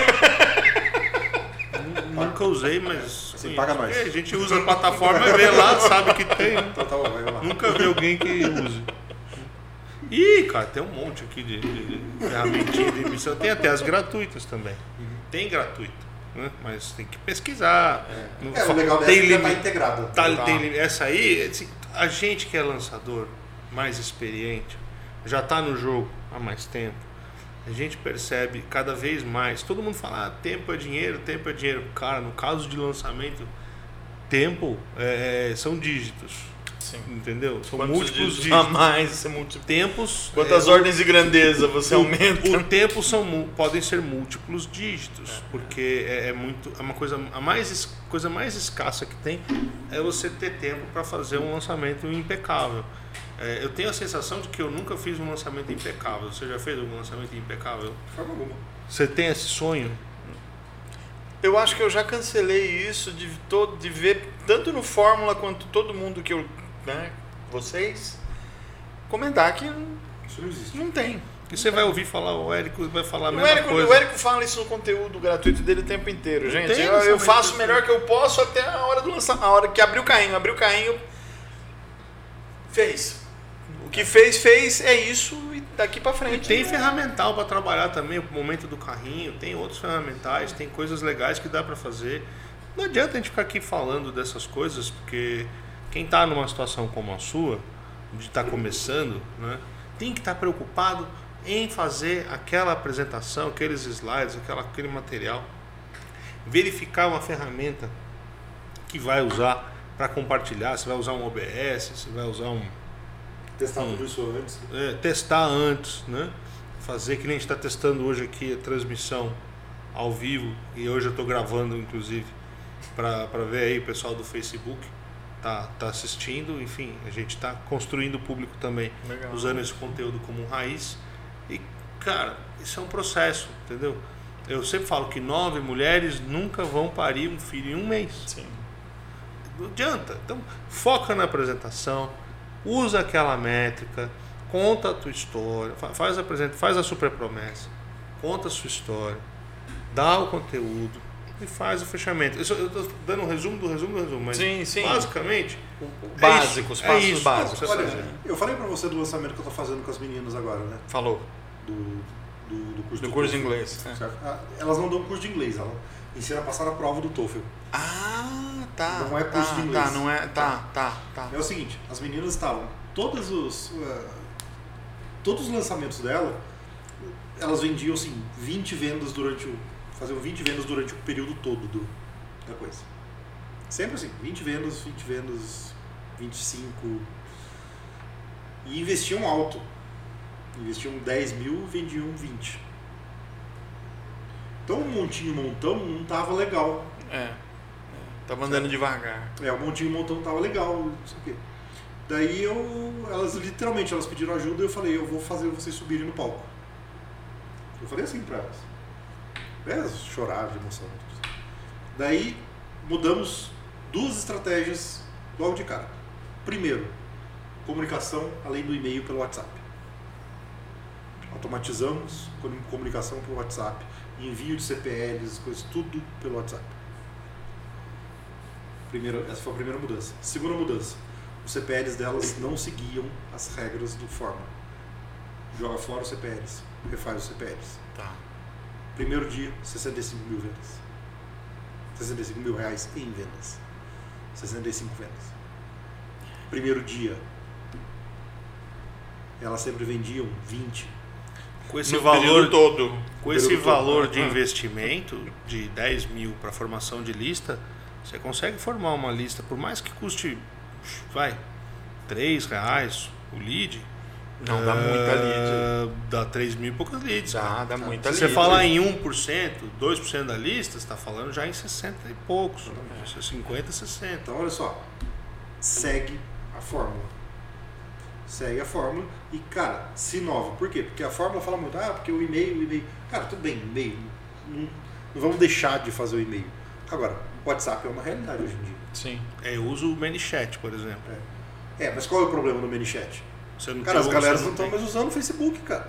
Nunca usei, mas Você paga nós. A gente usa a plataforma e vê lá, sabe que tem. Então tá bom, vai lá. Nunca vi alguém que use. Ih, cara, tem um monte aqui de ferramentinha de emissão. Tem até as gratuitas também. Tem gratuita, né? Mas tem que pesquisar. O legal dessa é que já tá integrado. Essa aí, assim, a gente que é lançador mais experiente, já está no jogo há mais tempo. A gente percebe cada vez mais. Todo mundo fala, tempo é dinheiro, tempo é dinheiro. Cara, no caso de lançamento, tempo são dígitos. Sim. Entendeu? São Quantos múltiplos dígitos dígitos. a mais você multiplica? Tempos. Quantas ordens de grandeza você aumenta? O tempo podem ser múltiplos dígitos, porque é uma coisa coisa mais escassa que tem é você ter tempo para fazer um lançamento impecável. Eu tenho a sensação de que eu nunca fiz um lançamento impecável. Você já fez algum lançamento impecável? De forma alguma. Você tem esse sonho? Eu acho que eu já cancelei isso de ver tanto no Fórmula quanto todo mundo que eu, né, vocês, comentar que Isso não existe. não tem. E você vai ouvir falar, o Érico vai falar a mesma coisa. O Érico fala isso no conteúdo gratuito dele o tempo inteiro, gente. tem Eu faço o lançamento melhor que eu posso até a hora do lançamento, a hora que abriu o carrinho, fez. O que fez, é isso e daqui pra frente. Tem ferramental para trabalhar também, o momento do carrinho, tem outros ferramentais, tem coisas legais que dá para fazer. Não adianta a gente ficar aqui falando dessas coisas, porque quem está numa situação como a sua, de estar começando, né, tem que estar preocupado em fazer aquela apresentação, aqueles slides, aquele material, verificar uma ferramenta que vai usar para compartilhar, se vai usar um OBS, se vai usar Testar tudo isso antes. testar antes, né? Fazer que nem a gente está testando hoje aqui a transmissão ao vivo, e hoje eu estou gravando inclusive para ver aí o pessoal do Facebook tá assistindo, enfim, a gente está construindo o público também. Legal. Usando esse conteúdo como raiz. E cara, isso é um processo, entendeu? Eu sempre falo que 9 mulheres nunca vão parir um filho em um mês. Sim. Não adianta. Então foca na apresentação, usa aquela métrica, conta a tua história, faz a super promessa, conta a sua história, dá o conteúdo e faz o fechamento. Eu estou dando um resumo do resumo, mas Sim. basicamente Os passos básicos. Olha, Eu falei pra você do lançamento que eu tô fazendo com as meninas agora, né? Falou. Do curso Do curso de TOEFL, inglês. certo? Elas não dão curso de inglês, elas ensinam a passar na prova do TOEFL. Ah, tá. Não é curso de inglês. Tá, não é. Tá. É o seguinte, as meninas estavam, todos os lançamentos dela, elas vendiam assim, 20 vendas faziam 20 vendas durante o período todo da coisa. Sempre assim, 20 vendas, 25. E investiam alto. Investiam 10 mil, vendiam 20. Então o montão não tava legal. Tava andando devagar. O montinho montão não tava legal, não sei o quê. Daí elas pediram ajuda e eu falei, eu vou fazer vocês subirem no palco. Eu falei assim pra elas. Elas choraram de emoção. Daí mudamos 2 estratégias logo de cara. Primeiro, comunicação além do e-mail pelo WhatsApp. Automatizamos comunicação pelo WhatsApp, envio de CPLs, coisas, tudo pelo WhatsApp. Essa foi a primeira mudança. Segunda mudança, os CPLs delas não seguiam as regras do Fórmula. Joga fora os CPLs, refaz os CPLs. Tá. Primeiro dia, 65 mil vendas. 65 mil reais em vendas. 65 vendas. Primeiro dia, elas sempre vendiam 20. Com esse No valor período todo. Com esse valor de investimento de 10 mil para formação de lista, você consegue formar uma lista, por mais que custe, R$3 o lead. Não, dá muita lead. Dá 3 mil e poucas leads. Dá muita Se lead. você falar em 1%, 2% da lista, você está falando já em 60 e poucos. 50, 60. Então, olha só, segue a fórmula. Segue a fórmula e, cara, se inova. Por quê? Porque a fórmula fala muito, porque o e-mail... Cara, tudo bem, e-mail. Não vamos deixar de fazer o e-mail. Agora, o WhatsApp é uma realidade hoje em dia. Sim. Eu uso o ManyChat, por exemplo. Mas qual é o problema do ManyChat? Você não Cara, as galeras não tem. estão mais usando o Facebook, cara.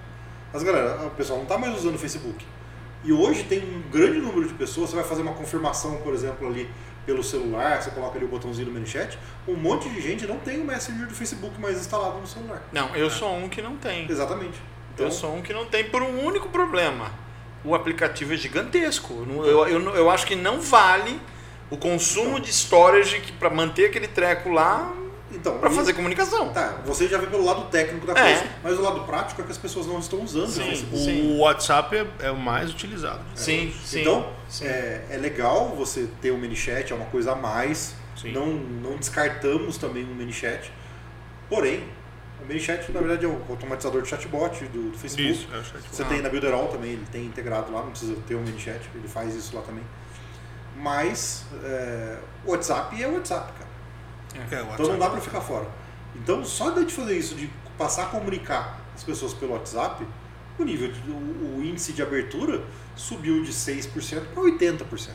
É. O pessoal não está mais usando o Facebook. E hoje tem um grande número de pessoas, você vai fazer uma confirmação, por exemplo, ali pelo celular, você coloca ali o botãozinho do ManyChat, um monte de gente não tem o Messenger do Facebook mais instalado no celular. Não, eu sou um que não tem. Exatamente. Então, Eu sou um que não tem por um único problema. O aplicativo é gigantesco. Eu acho que não vale o consumo de storage para manter aquele treco lá para fazer comunicação. Tá, você já vê pelo lado técnico da coisa, mas o lado prático é que as pessoas não estão usando o Facebook. O WhatsApp é o mais utilizado. Sim. Então, é legal você ter o ManyChat, é uma coisa a mais. Não descartamos também o ManyChat. Porém, o ManyChat, na verdade, é o automatizador de chatbot do Facebook. Isso, é o chatbot. Você tem na Builderall também, ele tem integrado lá, não precisa ter o ManyChat, ele faz isso lá também. Mas o WhatsApp é o WhatsApp, cara. Então não dá para ficar fora. Então, só de fazer isso, de passar a comunicar as pessoas pelo WhatsApp, o índice de abertura subiu de 6% para 80%.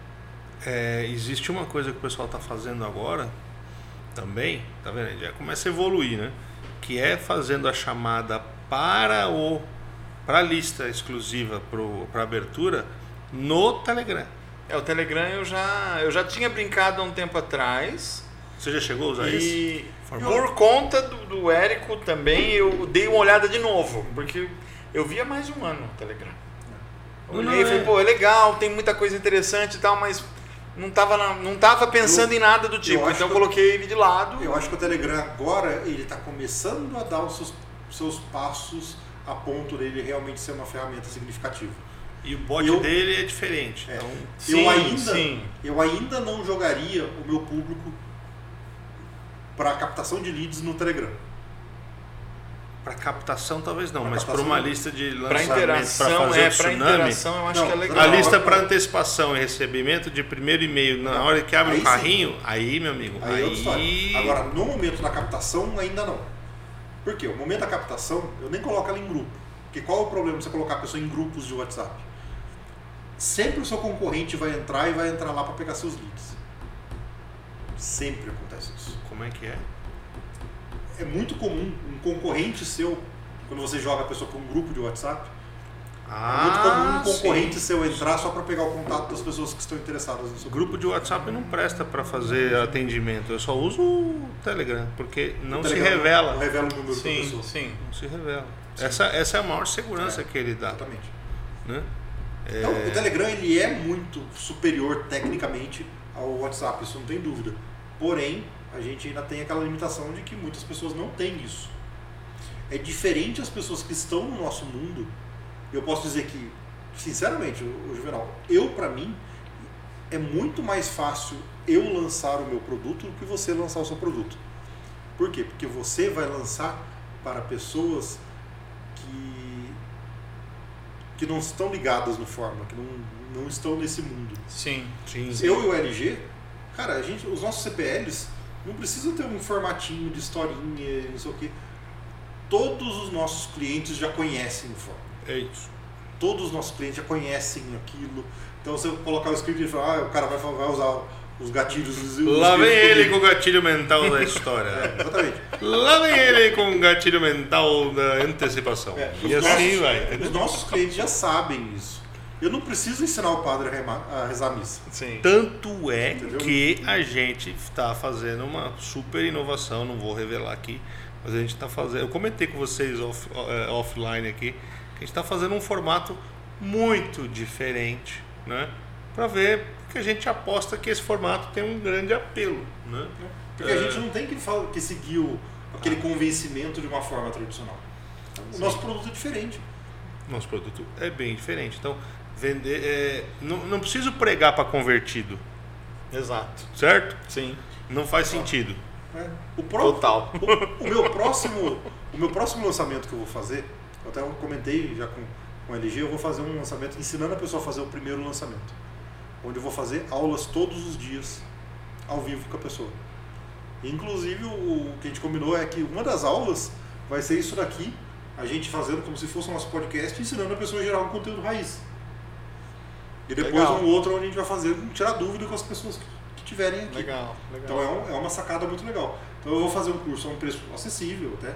Existe uma coisa que o pessoal está fazendo agora também, tá vendo? Já começa a evoluir, né? Que é fazendo a chamada para a lista exclusiva para abertura no Telegram. O Telegram eu já tinha brincado há um tempo atrás. Você já chegou a usar isso? E por conta do Érico também, eu dei uma olhada de novo, porque eu vi há mais de um ano o Telegram. Eu olhei e falei, é legal, tem muita coisa interessante e tal, mas não tava pensando em nada do tipo, então eu coloquei ele de lado. Eu acho que o Telegram agora, ele está começando a dar os seus passos a ponto dele realmente ser uma ferramenta significativa. E o bot dele é diferente. Então... Eu ainda não jogaria o meu público para captação de leads no Telegram. Para captação talvez não, mas para uma lista de lançamento, para interação, para interação eu acho que é legal. A lista para antecipação e recebimento de primeiro e-mail na hora que abre o carrinho, aí meu amigo, aí... Agora, no momento da captação ainda não. Por quê? O momento da captação, eu nem coloco ela em grupo. Porque qual é o problema de você colocar a pessoa em grupos de WhatsApp? Sempre o seu concorrente vai entrar lá para pegar seus leads. Sempre acontece isso. Como é que é? É muito comum um concorrente seu, quando você joga a pessoa para um grupo de WhatsApp, é muito comum um concorrente seu entrar só para pegar o contato das pessoas que estão interessadas no seu grupo de WhatsApp não presta para fazer atendimento. Eu só uso o Telegram, porque não se revela. Não revela o número da pessoa. Sim. Não se revela. Essa é a maior segurança que ele dá. Exatamente. Né? Então, o Telegram ele é muito superior tecnicamente ao WhatsApp, isso não tem dúvida. Porém, a gente ainda tem aquela limitação de que muitas pessoas não têm isso. É diferente as pessoas que estão no nosso mundo. Eu posso dizer que, sinceramente, o Juvenal, para mim, é muito mais fácil eu lançar o meu produto do que você lançar o seu produto. Por quê? Porque você vai lançar para pessoas que não estão ligadas no Fórmula, que não estão nesse mundo. Sim. Eu e o LG, cara, os nossos CPLs não precisam ter um formatinho de historinha, não sei o quê. Todos os nossos clientes já conhecem o Fórmula. É isso. Todos os nossos clientes já conhecem aquilo. Então, você colocar o script e falar, o cara vai usar os gatilhos. Lá vem ele com o gatilho mental da história. Exatamente. Lá vem ele com o gatilho mental da antecipação. E assim vai. Os nossos clientes já sabem isso. Eu não preciso ensinar o padre a rezar a missa. Sim. Tanto é que a gente está fazendo uma super inovação, não vou revelar aqui, mas a gente está fazendo. Eu comentei com vocês offline aqui, que a gente está fazendo um formato muito diferente, né? Para ver que a gente aposta que esse formato tem um grande apelo, né? Porque a gente não tem que seguir aquele convencimento de uma forma tradicional. O nosso produto é diferente. Nosso produto é bem diferente. Então, vender. Não preciso pregar para convertido. Exato. Certo? Sim. Não faz sentido. Total. O meu próximo lançamento que eu vou fazer, eu até comentei já com o LG, eu vou fazer um lançamento ensinando a pessoa a fazer o primeiro lançamento. Onde eu vou fazer aulas todos os dias, ao vivo com a pessoa. Inclusive, o que a gente combinou é que uma das aulas vai ser isso daqui, a gente fazendo como se fosse o nosso podcast, ensinando a pessoa a gerar um conteúdo raiz. E depois Legal. um outro onde a gente vai fazer, tirar dúvida com as pessoas que tiverem aqui. Legal. Então é uma sacada muito legal. Então eu vou fazer um curso a um preço acessível até,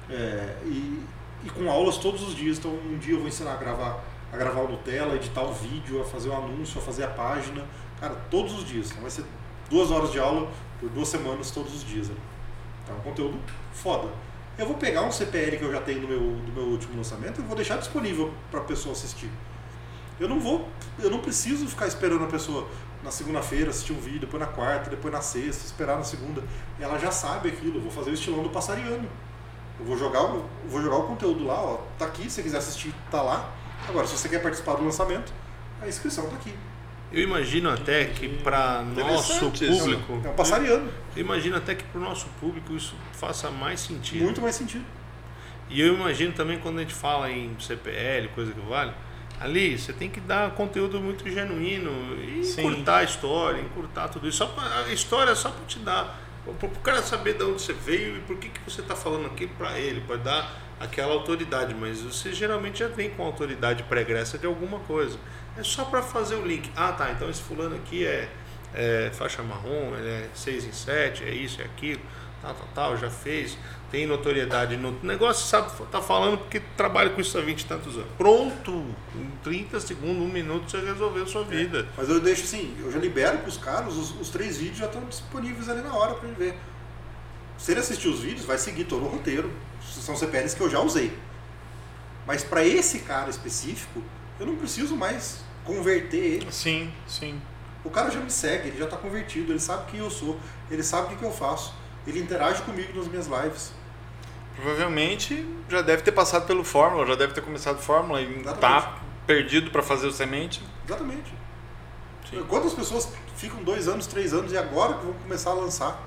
e com aulas todos os dias. Então um dia eu vou ensinar a gravar o Nutella, editar o vídeo, a fazer o anúncio, a fazer a página. Cara, todos os dias. Então vai ser 2 horas de aula por 2 semanas todos os dias. Né? Então é um conteúdo foda. Eu vou pegar um CPL que eu já tenho do meu último lançamento e vou deixar disponível para a pessoa assistir. Eu não preciso ficar esperando a pessoa na segunda-feira assistir um vídeo, depois na quarta, depois na sexta, esperar na segunda. Ela já sabe aquilo, eu vou fazer o estilão do Passariano. Eu vou jogar o conteúdo lá, ó, tá aqui, se você quiser assistir, tá lá. Agora, se você quer participar do lançamento, a inscrição tá aqui. Eu imagino até que para nosso público... É um Passariano. Eu imagino até que para o nosso público isso faça mais sentido. Muito mais sentido. E eu imagino também quando a gente fala em CPL, coisa que vale, ali você tem que dar conteúdo muito genuíno e encurtar a história, encurtar tudo isso. A história é só para te dar, para o cara saber de onde você veio e por que você está falando aquilo para ele, para dar aquela autoridade. Mas você geralmente já vem com autoridade pregressa de alguma coisa. É só para fazer o link. Ah, tá, então esse fulano aqui é faixa marrom, ele é 6 em 7, é isso, é aquilo, tal, já fez, tem notoriedade no negócio, sabe, tá falando porque trabalha com isso há 20 e tantos anos. Pronto, em 30 segundos, 1 minuto você resolveu a sua vida. Mas eu deixo assim, eu já libero para os caras, os 3 vídeos já estão disponíveis ali na hora para ele ver. Se ele assistir os vídeos, vai seguir todo o roteiro. São CPLs que eu já usei. Mas para esse cara específico, eu não preciso mais converter ele. Sim. O cara já me segue, ele já está convertido, ele sabe quem eu sou, ele sabe o que eu faço, ele interage comigo nas minhas lives. Provavelmente já deve ter passado pelo Fórmula, já deve ter começado Fórmula e tá perdido para fazer o semente. Exatamente. Sim. Quantas pessoas ficam 2 anos, 3 anos e agora que vão começar a lançar?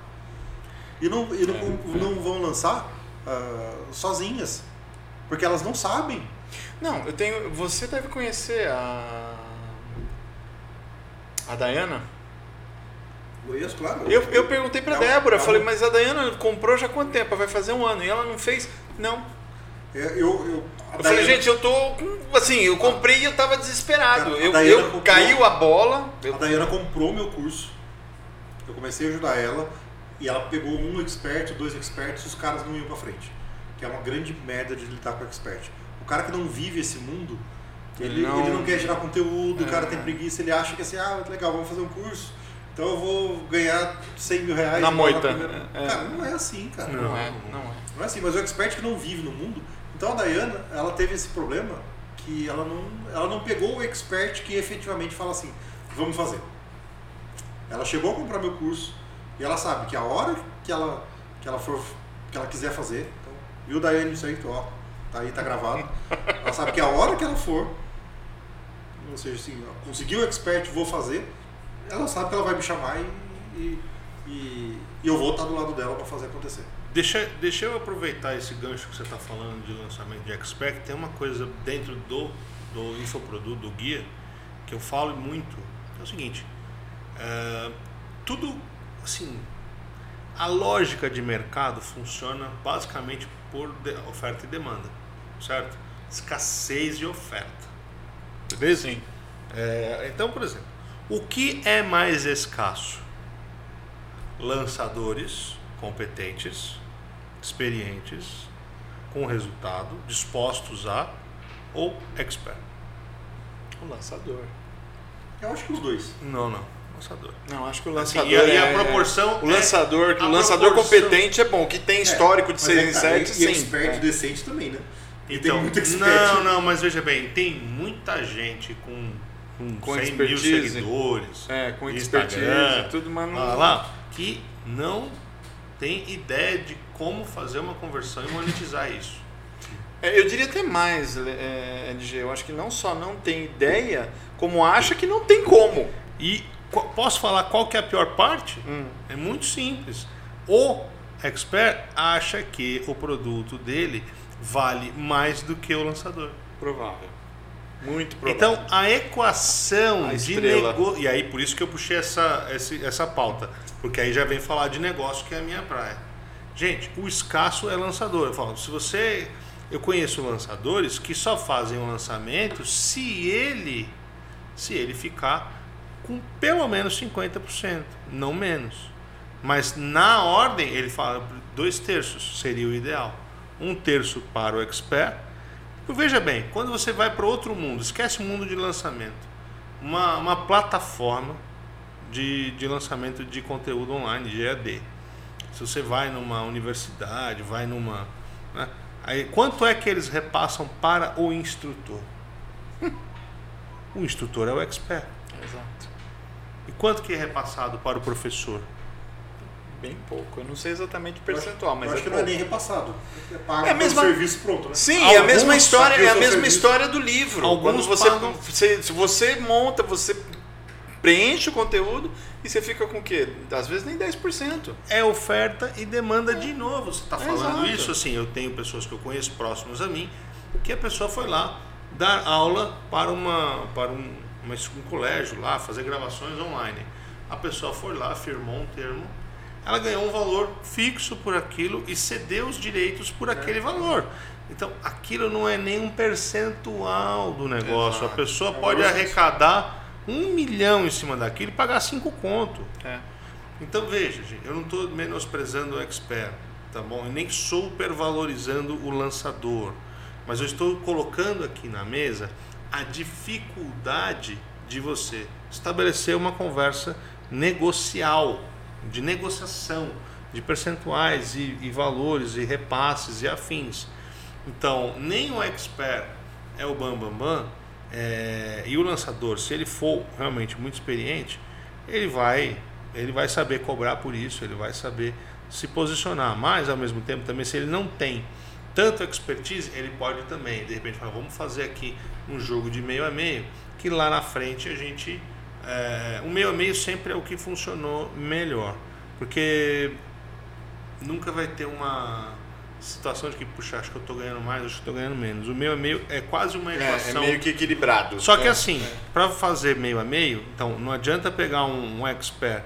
E não vão lançar sozinhas, porque elas não sabem. Não, você deve conhecer a Dayana. Conheço, claro. Eu perguntei pra Débora, falei, mas a Dayana comprou já há quanto tempo? Vai fazer 1 ano. E ela não fez? Não. Eu falei, gente, eu tô assim, eu comprei e eu tava desesperado. Cara, caiu a bola. A Dayana comprou meu curso. Eu comecei a ajudar ela e ela pegou 1 expert, 2 experts, os caras não iam pra frente. Que é uma grande merda de lidar com expert. O cara que não vive esse mundo, ele não quer gerar conteúdo, o cara tem preguiça, ele acha que assim, legal, vamos fazer um curso, então eu vou ganhar 100 mil reais. Na moita. Cara, não é assim, cara. Não é. Não é assim, mas o expert que não vive no mundo, então a Dayana, ela teve esse problema que ela não pegou o expert que efetivamente fala assim, vamos fazer. Ela chegou a comprar meu curso e ela sabe que a hora que ela quiser fazer, então, viu, Dayane, isso aí, ó, tá aí, tá gravado. Ela sabe que a hora que ela for, ou seja, assim, conseguiu o expert, vou fazer, ela sabe que ela vai me chamar e eu vou estar do lado dela para fazer acontecer. Deixa eu aproveitar esse gancho que você está falando de lançamento de expert. Tem uma coisa dentro do infoproduto, do guia, que eu falo muito, que é o seguinte, tudo, assim, a lógica de mercado funciona basicamente por oferta e demanda, certo? Escassez de oferta, beleza? Sim. Então, por exemplo, o que é mais escasso? Lançadores competentes, experientes, com resultado, dispostos a, ou expert? O lançador. Eu acho que os dois. Não, lançador. Não, acho que o lançador e a proporção... O lançador competente é bom, que tem histórico de 6 em 7, sim. E expert decente também, né? Então, tem muito expert. Não, mas veja bem, tem muita gente com 100 mil seguidores, com Instagram, expertise, tudo, mas não... que não tem ideia de como fazer uma conversão e monetizar isso. Eu diria até mais, LG, eu acho que não só não tem ideia, como acha que não tem como. E posso falar qual que é a pior parte? É muito simples. O expert acha que o produto dele vale mais do que o lançador. Provável. Muito provável. Então, a equação A de estrela. negócio... E aí, por isso que eu puxei essa pauta. Porque aí já vem falar de negócio, que é a minha praia. Gente, o escasso é lançador. Eu falo, eu conheço lançadores que só fazem um lançamento se ele ficar com pelo menos 50%, não menos. Mas na ordem, ele fala 2/3 seria o ideal. 1/3 para o expert. Veja bem, quando você vai para outro mundo, esquece o mundo de lançamento, uma plataforma de lançamento de conteúdo online, de EAD. Se você vai numa universidade, vai numa... Né? Aí, quanto é que eles repassam para o instrutor? O instrutor é o expert. Exato. E quanto que é repassado para o professor? Bem pouco. Eu não sei exatamente o percentual, mas eu acho que não é nem repassado. É pago É a mesma- pelo serviço pronto, né? Sim, é a mesma Alguns história, aqui o é a seu mesma serviço. história do livro. Alguns Quando pagam- se você monta, você preenche o conteúdo e você fica com o quê? Às vezes nem 10%. É oferta e demanda de novo. Você está falando Exato. isso, assim, eu tenho pessoas que eu conheço próximos a mim, que a pessoa foi lá dar aula para um colégio lá, fazer gravações online. A pessoa foi lá, firmou um termo, ela ganhou um valor fixo por aquilo e cedeu os direitos por aquele valor. Então, aquilo não é nem um percentual do negócio. Exato. A pessoa pode arrecadar 1 milhão em cima daquilo e pagar 5 conto. É. Então veja, gente, eu não estou menosprezando o expert, tá bom? Eu nem supervalorizando o lançador, mas eu estou colocando aqui na mesa a dificuldade de você estabelecer uma conversa negocial, de negociação, de percentuais e valores e repasses e afins. Então, nem o expert é o bambambam, e o lançador, se ele for realmente muito experiente, ele vai saber cobrar por isso, ele vai saber se posicionar, mas ao mesmo tempo também, se ele não tem tanto expertise, ele pode também, de repente, falar, vamos fazer aqui um jogo de meio a meio, que lá na frente a gente... o meio a meio sempre é o que funcionou melhor, porque nunca vai ter uma situação de que, puxa, acho que eu estou ganhando mais, acho que estou ganhando menos. O meio a meio é quase uma É equação. meio que equilibrado. Só que assim, para fazer meio a meio, então não adianta pegar um expert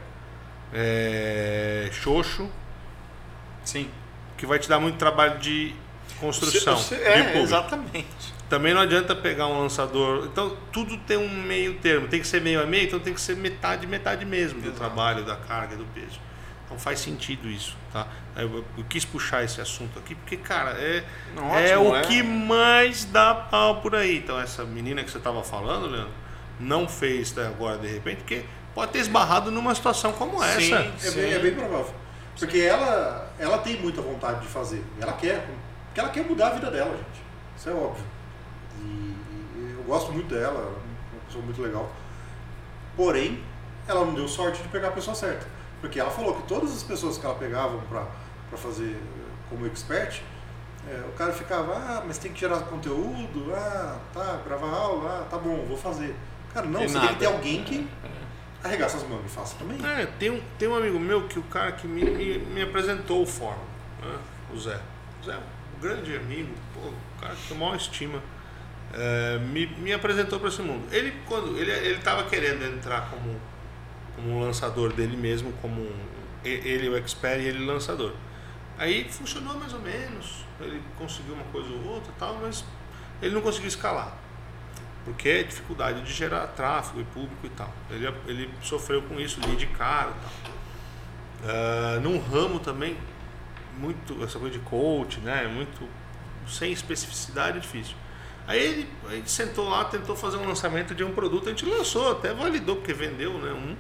xoxo, Sim. que vai te dar muito trabalho de construção. de público. Exatamente. Também não adianta pegar um lançador. Então, tudo tem um meio termo. Tem que ser meio a meio, então tem que ser metade mesmo do trabalho, da carga, do peso. Então faz sentido isso, tá? Eu quis puxar esse assunto aqui porque, cara, é Ótimo, o que mais dá pau por aí. Então essa menina que você estava falando, Leandro, não fez agora de repente, porque pode ter esbarrado numa situação como essa. É bem provável. Porque ela tem muita vontade de fazer. Ela quer. Porque ela quer mudar a vida dela, gente. Isso é óbvio. E eu gosto muito dela, ela é uma pessoa muito legal. Porém, ela não deu sorte de pegar a pessoa certa. Porque ela falou que todas as pessoas que ela pegava para fazer como expert, o cara ficava, mas tem que gerar conteúdo, tá, gravar aula, tá bom, vou fazer. Cara, não, você tem que ter alguém que arregaça as mangas e faça também. Tem um amigo meu que o cara que me apresentou o fórum, né? O Zé. O Zé é um grande amigo, o cara que tem maior estima. Me apresentou para esse mundo. Ele estava querendo entrar como lançador dele mesmo, como ele o expert e ele o lançador. Aí funcionou mais ou menos, ele conseguiu uma coisa ou outra, tal, mas ele não conseguiu escalar, porque é dificuldade de gerar tráfego e público e tal. Ele sofreu com isso, lead caro e tal. Num ramo também, muito, essa coisa de coach, né, muito sem especificidade, é difícil. Aí ele sentou lá, tentou fazer um lançamento de um produto, a gente lançou, até validou, porque vendeu, né,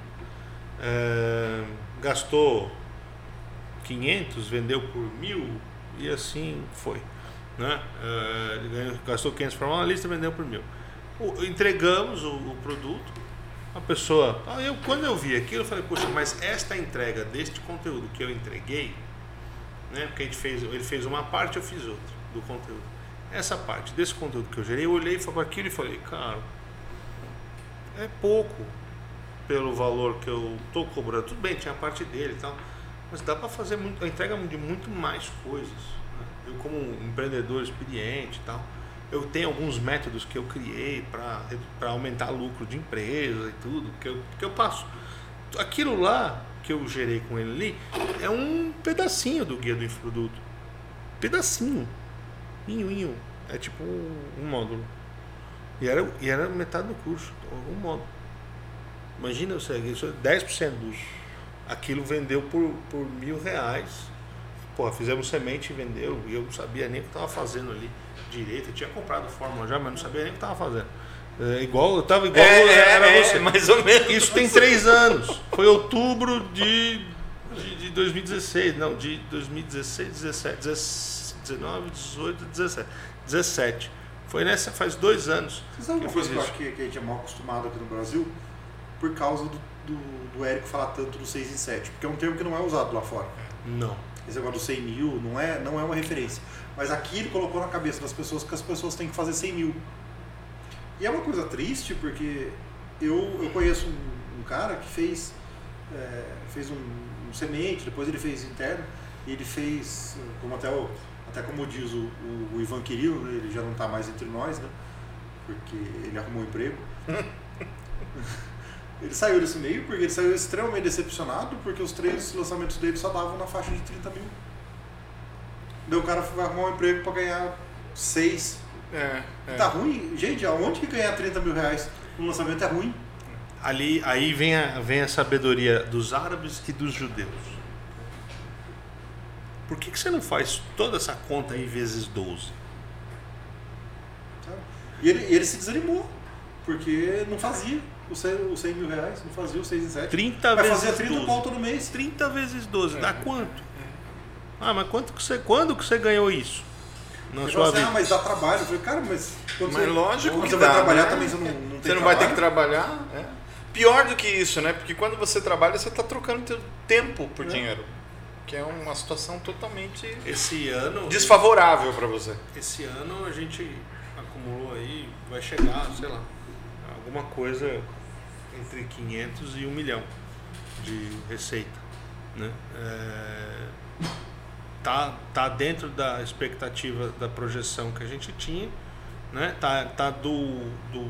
gastou 500, vendeu por 1.000 e assim foi, né? Ele gastou 500 para uma lista, vendeu por 1.000. Entregamos o produto, a pessoa, quando eu vi aquilo, eu falei, poxa, mas esta entrega deste conteúdo que eu entreguei, né? Porque ele fez uma parte, eu fiz outra do conteúdo. Essa parte desse conteúdo que eu gerei, eu olhei para aquilo e falei, cara, é pouco pelo valor que eu estou cobrando. Tudo bem, tinha a parte dele e tal, mas dá para fazer a entrega de muito mais coisas, né? Eu como um empreendedor experiente e tal, eu tenho alguns métodos que eu criei para aumentar o lucro de empresa e tudo, que eu passo. Aquilo lá que eu gerei com ele ali é um pedacinho do guia do infoproduto. Pedacinho. Inho. É tipo um módulo. E era metade do curso, um módulo. Imagina, isso é 10% do... Aquilo vendeu por R$1.000. Pô, fizemos semente e vendeu. E eu não sabia nem o que estava fazendo ali direito. Eu tinha comprado fórmula já, mas não sabia nem o que estava fazendo. Eu estava igual era você. Mais ou menos. Isso tem 3 anos. Foi outubro de 2016. Não, de 2016, 17, 19, 18, 17. 17. Foi faz 2 anos. Você sabe uma coisa que eu acho que a gente é mal acostumado aqui no Brasil? Por causa do Érico falar tanto do 6 em 7. Porque é um termo que não é usado lá fora. Não. Esse negócio do 100 mil não é uma referência. Mas aqui ele colocou na cabeça das pessoas que as pessoas têm que fazer 100 mil. E é uma coisa triste, porque eu conheço um cara que fez um semente, depois ele fez interno, e ele fez, até como diz o Ivan Quirilo, né, ele já não está mais entre nós, né, porque ele arrumou um emprego. Ele saiu desse meio porque ele saiu extremamente decepcionado, porque os 3 lançamentos dele só davam na faixa de 30 mil. Daí o cara vai arrumar um emprego para ganhar 6. Tá ruim? Gente, aonde que ganhar 30 mil reais no lançamento é ruim? Aí vem a sabedoria dos árabes e dos judeus. Por que você não faz toda essa conta aí vezes 12? E ele se desanimou, porque não fazia os 100 mil reais, não fazia os 6 em 7. 30 vai vezes fazer 30 12. pau todo mês. 30 vezes 12, dá quanto? Mas quando que você ganhou isso? Na sua vida? Mas dá trabalho. Eu falei, cara, mas lógico que você dá, vai trabalhar né? também, você não tem Você não trabalho. vai ter que trabalhar. Pior do que isso, né? Porque quando você trabalha, você está trocando teu tempo por dinheiro. Que é uma situação totalmente Esse ano desfavorável para você. Esse ano a gente acumulou aí, vai chegar, sei lá, alguma coisa entre 500 e 1 milhão de receita, né? Tá dentro da expectativa da projeção que a gente tinha, né? Tá do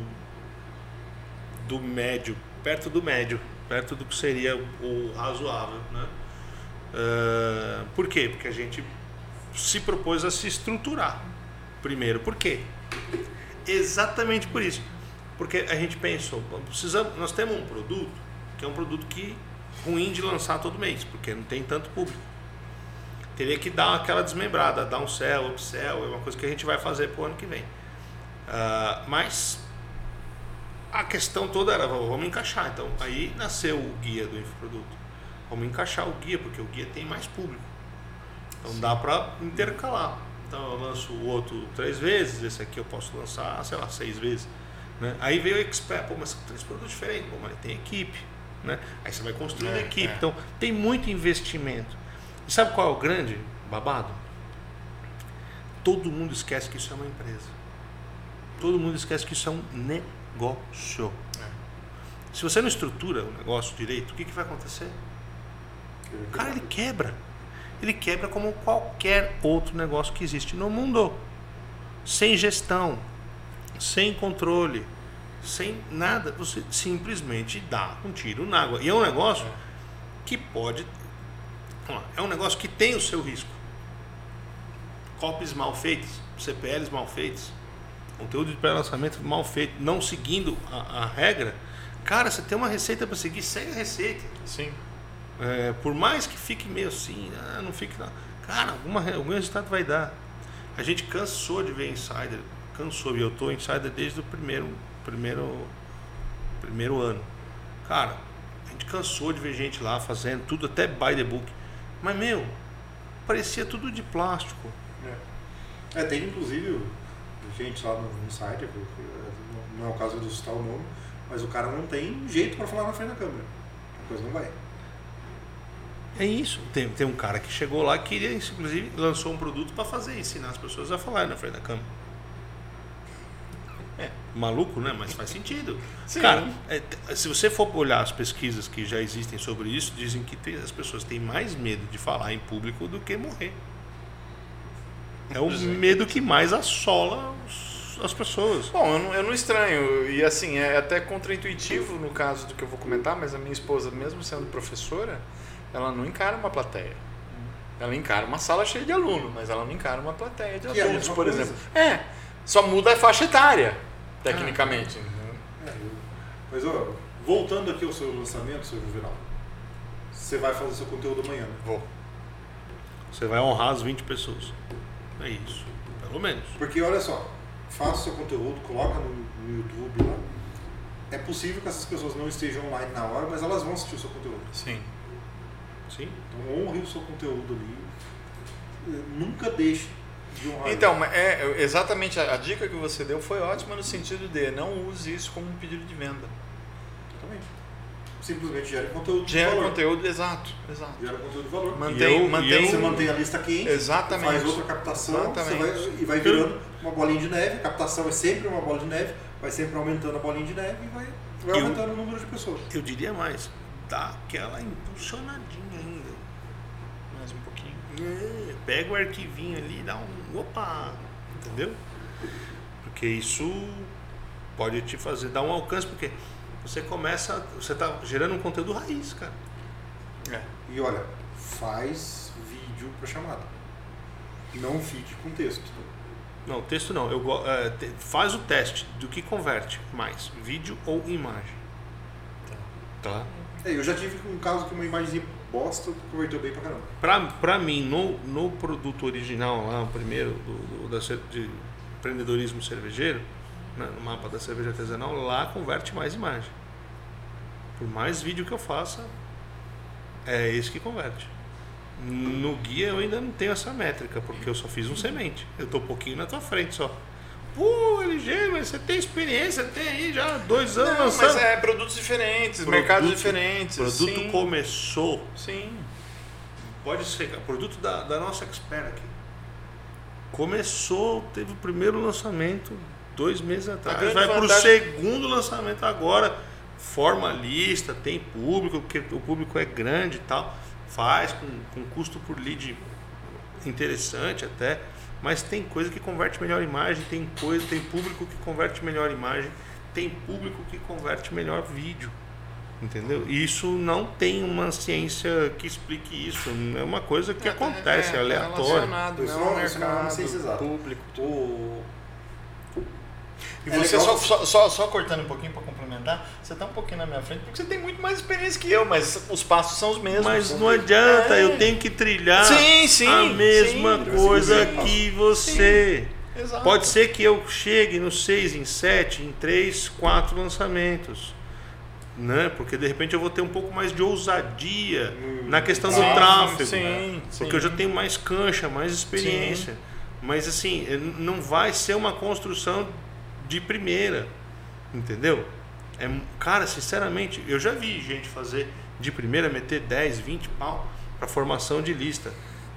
médio, perto do médio, perto do que seria o razoável, né? Por quê? Porque a gente se propôs a se estruturar. Primeiro, por quê? Exatamente por isso. Porque a gente pensou, nós temos um produto que é um produto ruim de lançar todo mês, porque não tem tanto público. Teria que dar aquela desmembrada, dar um sell, upsell, é uma coisa que a gente vai fazer pro ano que vem. Mas a questão toda era, vamos encaixar. Então, aí nasceu o guia do infoproduto. Vamos encaixar o guia, porque o guia tem mais público. Então dá para intercalar. Então eu lanço o outro 3 vezes, esse aqui eu posso lançar, sei lá, 6 vezes. Né? Aí veio o Expert, mas são 3 produtos diferentes, mas tem equipe. Né? Aí você vai construindo equipe. Então tem muito investimento. E sabe qual é o grande babado? Todo mundo esquece que isso é uma empresa. Todo mundo esquece que isso é um negócio. Se você não estrutura o negócio direito, o que vai acontecer? O cara, ele quebra. Ele quebra como qualquer outro negócio que existe no mundo. Sem gestão, sem controle, sem nada. Você simplesmente dá um tiro na água. E é um negócio que pode... É um negócio que tem o seu risco. Copies mal feitos, CPLs mal feitos, conteúdo de pré-lançamento mal feito, não seguindo a regra. Cara, você tem uma receita para seguir, segue a receita. Sim. Por mais que fique meio assim, não fique não. Cara, algum resultado vai dar. A gente cansou de ver insider, e eu tô insider desde o primeiro ano. Cara, a gente cansou de ver gente lá fazendo tudo, até by the book. Mas, parecia tudo de plástico. Tem inclusive gente lá no insider, não é o caso de citar o nome, mas o cara não tem jeito para falar na frente da câmera. A coisa não vai. É isso. Tem um cara que chegou lá que queria, inclusive, lançou um produto para ensinar as pessoas a falar na frente da câmera. Maluco, né? Mas faz sentido. Sim. Cara, se você for olhar as pesquisas que já existem sobre isso, dizem que as pessoas têm mais medo de falar em público do que morrer. É o medo que mais assola os as pessoas. Bom, eu não estranho. E assim, é até contraintuitivo no caso do que eu vou comentar, mas a minha esposa, mesmo sendo professora, ela não encara uma plateia. Ela encara uma sala cheia de alunos, mas ela não encara uma plateia de adultos, por exemplo. Só muda a faixa etária, tecnicamente. Mas, ó, voltando aqui ao seu lançamento, seu Juvenal, você vai fazer seu conteúdo amanhã, né? Vou. Você vai honrar as 20 pessoas. É isso. Pelo menos. Porque, olha só, faça seu conteúdo, coloca no YouTube lá. É possível que essas pessoas não estejam online na hora, mas elas vão assistir o seu conteúdo. Sim. Sim. Então honre o seu conteúdo ali. Nunca deixe de honrar. Então, exatamente a dica que você deu foi ótima no sentido de não use isso como um pedido de venda. Exatamente. Simplesmente gere conteúdo de Gera valor. conteúdo, exato. Gera conteúdo de valor. Mantém, Você mantém a lista quente, Exatamente. faz outra captação, Exatamente. vai virando uma bolinha de neve. A captação é sempre uma bola de neve, vai sempre aumentando a bolinha de neve e vai aumentando o número de pessoas. Eu diria mais, dá aquela impulsionadinha ainda. Mais um pouquinho. Pega o arquivinho ali e dá um opa, entendeu? Porque isso pode te fazer dar um alcance, porque você tá gerando um conteúdo raiz, cara. E olha, faz vídeo para chamada. Não fique com texto. Não, texto não. Faz o teste do que converte mais, vídeo ou imagem. Tá? Eu já tive um caso que uma imagenzinha bosta converteu bem pra caramba. Pra mim, no produto original lá, o primeiro de empreendedorismo cervejeiro, né, no mapa da cerveja artesanal, lá converte mais imagem. Por mais vídeo que eu faça, é esse que converte. No guia eu ainda não tenho essa métrica, porque eu só fiz um semente. Eu tô um pouquinho na tua frente só. Pô, LG, mas você tem experiência, tem aí já 2 anos lançando. Mas produtos diferentes, mercados diferentes. O produto sim. começou. Sim. Pode ser, cara. Produto da nossa expert aqui. Começou, teve o primeiro lançamento 2 meses atrás. Vai para o segundo lançamento agora. Forma lista, tem público, porque o público é grande e tal. Faz com custo por lead interessante até. Mas tem coisa que converte melhor imagem, tem público que converte melhor imagem, tem público que converte melhor vídeo. Entendeu? E isso não tem uma ciência que explique isso. É uma coisa que acontece, é aleatório. Isso não é uma ciência exata. Público. E É você legal. só cortando um pouquinho para complementar, você está um pouquinho na minha frente porque você tem muito mais experiência que eu, mas os passos são os mesmos. Mas não adianta, eu tenho que trilhar a mesma coisa que você. Sim, exato. Pode ser que eu chegue no 6, em 7, em 3, 4 lançamentos. Né? Porque de repente eu vou ter um pouco mais de ousadia na questão do tráfego. Porque eu já tenho mais cancha, mais experiência. Sim. Mas assim, não vai ser uma construção de primeira. Entendeu? Cara, sinceramente, eu já vi gente fazer de primeira, meter 10, 20 pau para formação de lista.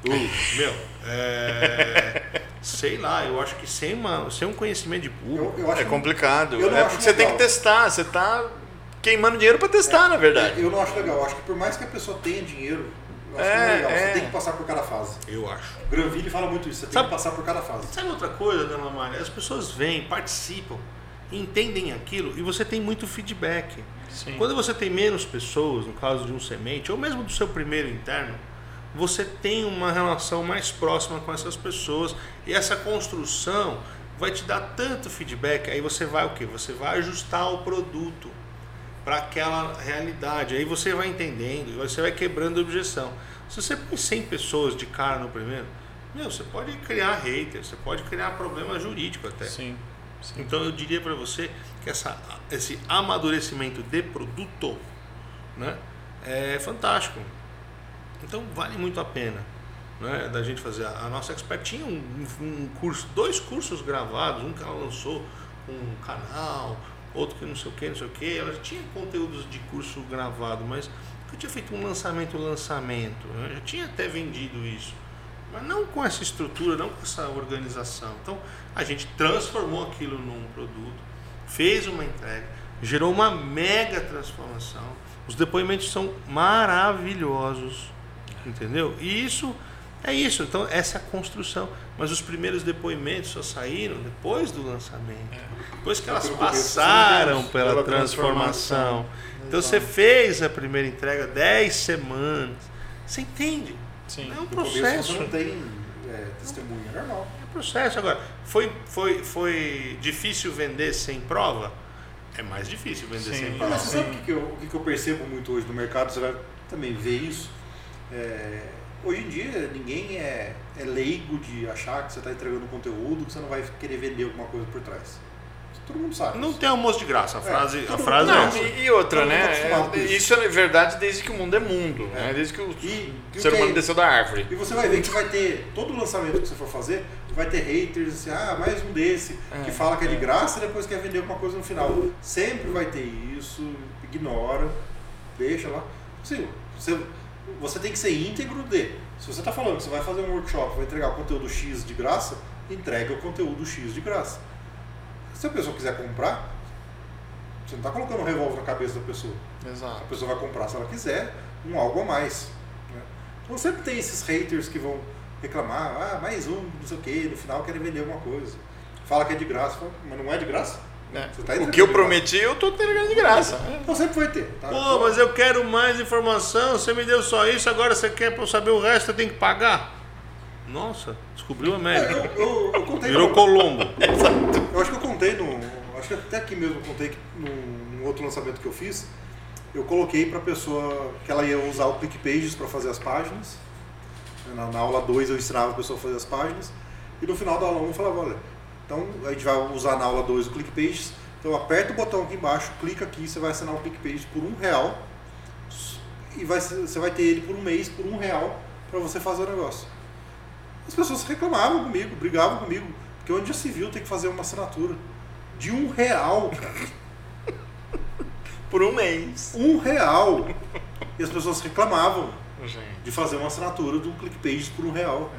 Sei lá, eu acho que sem um conhecimento de público é complicado. Eu não acho porque você tem que testar, você está queimando dinheiro para testar, na verdade. Eu não acho legal, eu acho que por mais que a pessoa tenha dinheiro, eu acho que não é legal. Você tem que passar por cada fase. Eu acho. Granville fala muito isso, você tem que passar por cada fase. Sabe outra coisa, Dona Maria? As pessoas vêm, participam, entendem aquilo e você tem muito feedback. Sim. Quando você tem menos pessoas, no caso de um semente, ou mesmo do seu primeiro interno, você tem uma relação mais próxima com essas pessoas e essa construção vai te dar tanto feedback. Aí você vai o quê? Você vai ajustar o produto para aquela realidade. Aí você vai entendendo, você vai quebrando a objeção. Se você põe 100 pessoas de cara no primeiro, você pode criar hater, você pode criar problema jurídico até. Sim. Então eu diria para você que esse amadurecimento de produto, né, é fantástico. Então vale muito a pena, né, da gente fazer. A nossa expert tinha um curso, 2 cursos gravados, um que ela lançou com um canal, outro que não sei o que. Ela tinha conteúdos de curso gravado, mas nunca tinha feito um lançamento, né? Já tinha até vendido isso, mas não com essa estrutura, não com essa organização. Então a gente transformou aquilo num produto, fez uma entrega, gerou uma mega transformação. Os depoimentos são maravilhosos, entendeu? E isso É isso, então essa é a construção. Mas os primeiros depoimentos só saíram depois do lançamento. Depois que elas passaram pela transformação. Então você fez a primeira entrega 10 semanas. Você entende? Sim. É um No começo processo. você não tem testemunha, é normal. É um processo. Agora, foi difícil vender sem prova? É mais difícil vender sem prova. Mas você sabe o que eu percebo muito hoje no mercado? Você vai também ver isso. Hoje em dia, ninguém é leigo de achar que você está entregando conteúdo, que você não vai querer vender alguma coisa por trás. Todo mundo sabe. Não tem almoço de graça. A frase é Não, essa. e outra, Todo mundo tá né? acostumado com Isso é verdade desde que o mundo é mundo, né? Desde que o ser humano desceu da árvore. E você vai ver que vai ter, todo lançamento que você for fazer, vai ter haters, assim, mais um desse, que fala que é de graça e depois quer vender alguma coisa no final. Sempre vai ter isso, ignora, deixa lá. Assim, você tem que ser íntegro se você está falando que você vai fazer um workshop, vai entregar o conteúdo X de graça, entrega o conteúdo X de graça. Se a pessoa quiser comprar, você não está colocando um revólver na cabeça da pessoa. Exato. A pessoa vai comprar se ela quiser, algo a mais. Né? Então sempre tem esses haters que vão reclamar, mais um, não sei o que, no final querem vender alguma coisa. Fala que é de graça, mas não é de graça. Você tá o que eu prometi, eu tô entregando de graça. Então sempre vai ter. Tá? Pô, mas eu quero mais informação, você me deu só isso, agora você quer para eu saber o resto, eu tenho que pagar? Nossa, descobriu a América. Eu contei. Virou Colombo. Eu acho que eu contei acho que até aqui mesmo eu contei que num outro lançamento que eu fiz, eu coloquei para a pessoa que ela ia usar o ClickPages para fazer as páginas. Na aula 2 eu ensinava a pessoa a fazer as páginas. E no final da aula 1 eu falava, olha, então a gente vai usar na aula 2 o ClickPages. Então aperta o botão aqui embaixo, clica aqui, você vai assinar o ClickPages por R$1. E você vai ter ele por um mês, por R$1 para você fazer o negócio. As pessoas reclamavam comigo, brigavam comigo, porque onde já se viu tem que fazer uma assinatura de R$1, cara. Por um mês. R$1. E as pessoas reclamavam Gente. de fazer uma assinatura do ClickPages por R$1.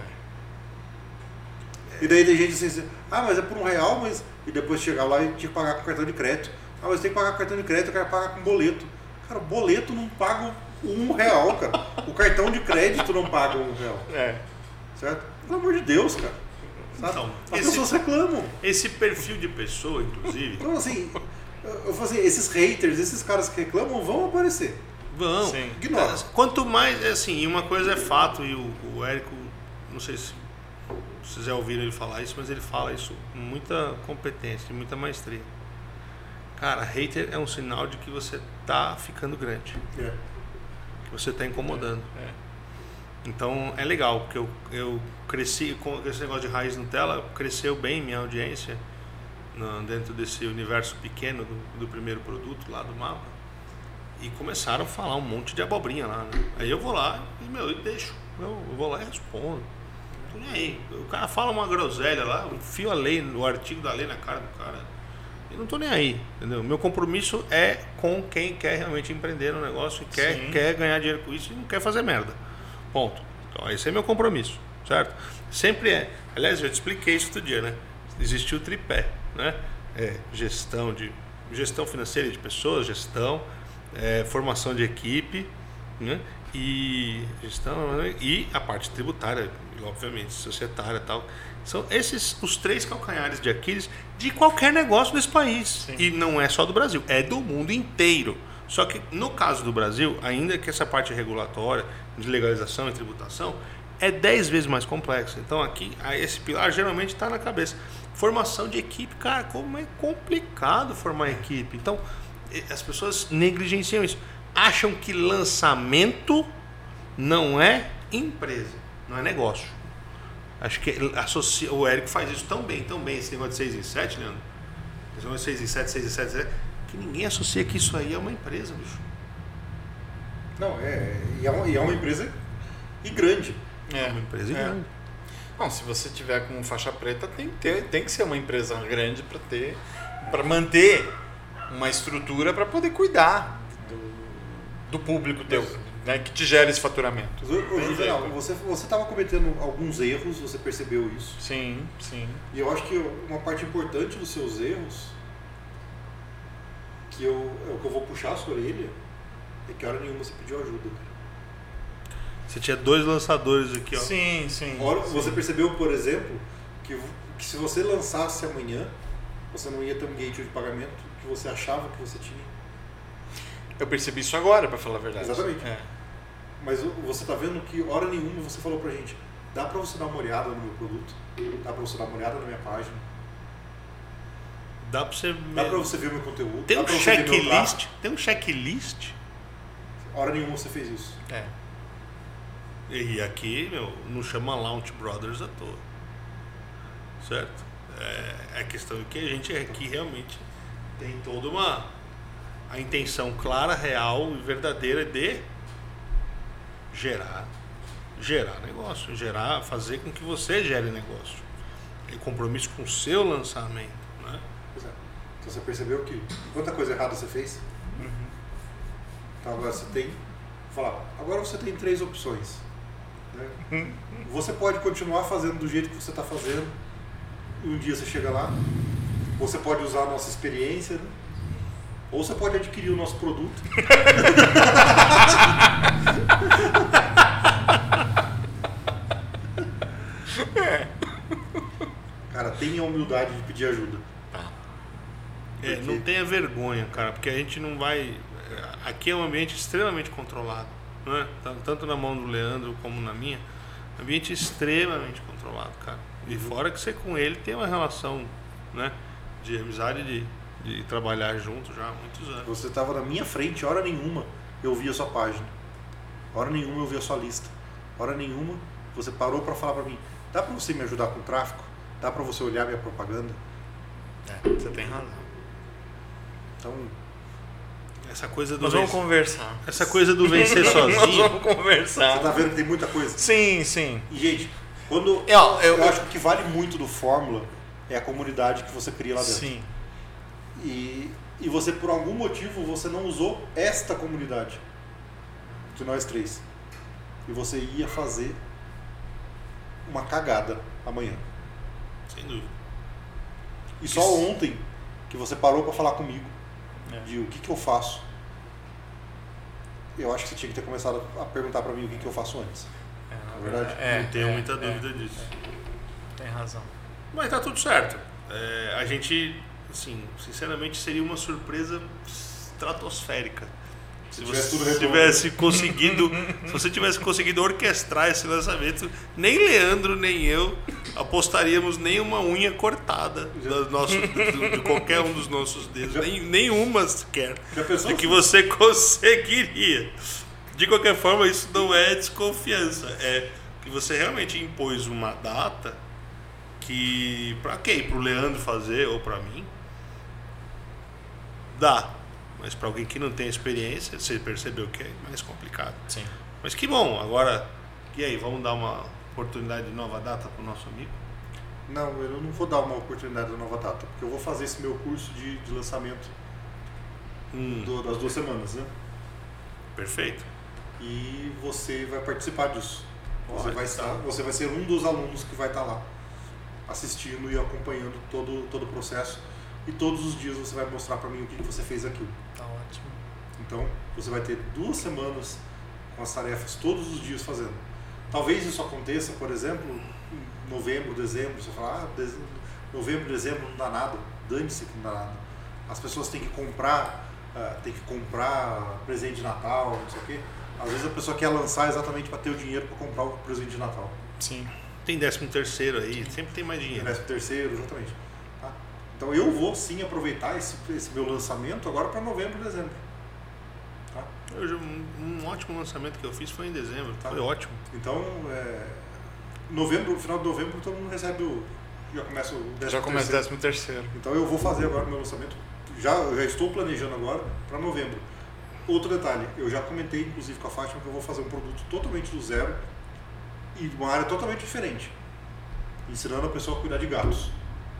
E daí tem gente assim, mas é por R$1, mas... E depois chegava lá e tinha que pagar com cartão de crédito. Mas tem que pagar com cartão de crédito, eu quero pagar com boleto. Cara, o boleto não paga R$1, cara. O cartão de crédito não paga R$1. Certo? Pelo amor de Deus, cara. Sabe? Então, as pessoas reclamam. Esse perfil de pessoa, inclusive... Então, assim, eu falo assim, esses haters, esses caras que reclamam vão aparecer. Vão. Sim. Ignora. Quanto mais, assim, uma coisa é fato, e o Érico, não sei se vocês já ouviram ele falar isso, mas ele fala isso com muita competência, muita maestria. Cara, hater é um sinal de que você tá ficando grande. Que você tá incomodando. Então é legal, porque eu cresci com esse negócio de raiz Nutella, cresceu bem minha audiência dentro desse universo pequeno do primeiro produto lá do mapa. E começaram a falar um monte de abobrinha lá, né? Aí eu vou lá e eu deixo. Eu vou lá e respondo. Não tô nem aí. O cara fala uma groselha lá, eu enfio a lei, o artigo da lei na cara do cara. E não tô nem aí, entendeu? Meu compromisso é com quem quer realmente empreender no negócio e quer ganhar dinheiro com isso e não quer fazer merda. Ponto. Então esse é meu compromisso, certo? Sempre é. Aliás, eu te expliquei isso outro dia, né? Existe o tripé, né? Gestão financeira de pessoas, formação de equipe, né? E a parte tributária, obviamente, societária e tal. São esses os 3 calcanhares de Aquiles de qualquer negócio desse país. Sim. E não é só do Brasil, é do mundo inteiro. Só que no caso do Brasil, ainda que essa parte regulatória, de legalização e tributação, é 10 vezes mais complexa. Então aqui, esse pilar geralmente está na cabeça. Formação de equipe, cara, como é complicado formar equipe. Então, as pessoas negligenciam isso. Acham que lançamento não é empresa, não é negócio. Acho que o Érico faz isso tão bem, esse negócio de 6 em 7, Leandro. Esse negócio de 6 em 7, 6 em 7, 6 em 7, que ninguém associa que isso aí é uma empresa, bicho. Não, e é uma empresa grande. É uma empresa grande. Bom, se você tiver com faixa preta, tem que ser uma empresa grande para manter uma estrutura para poder cuidar do público teu, né, que te gera esse faturamento. Você estava cometendo alguns erros, você percebeu isso. Sim. E eu acho que uma parte importante dos seus erros, o que eu vou puxar a sua orelha, é que hora nenhuma você pediu ajuda. Você tinha 2 lançadores aqui, ó. Sim. Você percebeu, por exemplo, que se você lançasse amanhã, você não ia ter um gateway de pagamento que você achava que você tinha. Eu percebi isso agora, pra falar a verdade. Exatamente. Mas você tá vendo que hora nenhuma você falou pra gente, dá pra você dar uma olhada no meu produto? Dá pra você dar uma olhada na minha página? Dá pra você ver o meu conteúdo? Tem dá um pra você ver meu checklist? tráfego? Tem um checklist? Hora nenhuma você fez isso. E aqui, não chama Launch Brothers à toa. Certo? A questão é que a gente aqui realmente tem toda a intenção clara, real e verdadeira de gerar negócio, fazer com que você gere negócio. É compromisso com o seu lançamento, né? Pois é. Então você percebeu que quanta coisa errada você fez? Então agora você tem 3 opções. Né? Você pode continuar fazendo do jeito que você está fazendo e um dia você chega lá. Você pode usar a nossa experiência, né? Ou você pode adquirir o nosso produto. Cara, tenha a humildade de pedir ajuda. Não tenha vergonha, cara, porque a gente não vai... Aqui é um ambiente extremamente controlado, né? Tanto na mão do Leandro como na minha. Ambiente extremamente controlado, cara. E fora que você com ele tem uma relação, né, de amizade, de trabalhar junto já há muitos anos. Você estava na minha frente, hora nenhuma eu via a sua página. Hora nenhuma eu via a sua lista. Hora nenhuma você parou para falar para mim, dá para você me ajudar com o tráfego? Dá para você olhar minha propaganda? Você tem razão. Então, essa coisa do nós vamos conversar. Essa coisa do vencer sozinho. Nós vamos conversar. Você tá vendo que tem muita coisa? Sim. E, gente, eu acho que o que vale muito do Fórmula é a comunidade que você cria lá dentro. Sim. E você, por algum motivo, você não usou esta comunidade de nós 3. E você ia fazer uma cagada amanhã. Sem dúvida. E só ontem que você parou para falar comigo de o que eu faço. Eu acho que você tinha que ter começado a perguntar para mim o que eu faço antes. Na verdade? Não tenho muita dúvida disso. Tem razão. Mas tá tudo certo. A gente, assim, sinceramente, seria uma surpresa estratosférica. Se você tivesse conseguido orquestrar esse lançamento, nem Leandro nem eu apostaríamos nenhuma unha cortada de qualquer um dos nossos dedos, nenhuma sequer, de que você conseguiria. De qualquer forma, isso não é desconfiança, é que você realmente impôs uma data que, para quem? Para o Leandro fazer ou para mim, dá. Mas para alguém que não tem experiência, você percebeu que é mais complicado. Sim. Mas que bom, agora, e aí, vamos dar uma oportunidade de nova data para o nosso amigo? Não, eu não vou dar uma oportunidade de nova data, porque eu vou fazer esse meu curso de lançamento das 2 semanas, né? Perfeito. E você vai participar disso. Você vai ser um dos alunos que vai estar lá, assistindo e acompanhando todo o processo. E todos os dias você vai mostrar para mim o que você fez aquilo. Tá ótimo. Então, você vai ter 2 semanas com as tarefas todos os dias fazendo. Talvez isso aconteça, por exemplo, em novembro, dezembro. Você fala, novembro, dezembro não dá nada. Dane-se que não dá nada. As pessoas têm que comprar presente de Natal, não sei o quê. Às vezes a pessoa quer lançar exatamente para ter o dinheiro para comprar o presente de Natal. Sim. Tem 13º aí, sempre tem mais dinheiro. 13º, exatamente. Então eu vou sim aproveitar esse meu lançamento agora para novembro e dezembro. Tá? Um ótimo lançamento que eu fiz foi em dezembro, foi ótimo. Então, final de novembro todo mundo recebe já começa o 13º. Já começa o 13º. Então eu vou fazer agora o meu lançamento, eu já estou planejando agora para novembro. Outro detalhe, eu já comentei inclusive com a Fátima que eu vou fazer um produto totalmente do zero e de uma área totalmente diferente, ensinando a pessoa a cuidar de gatos.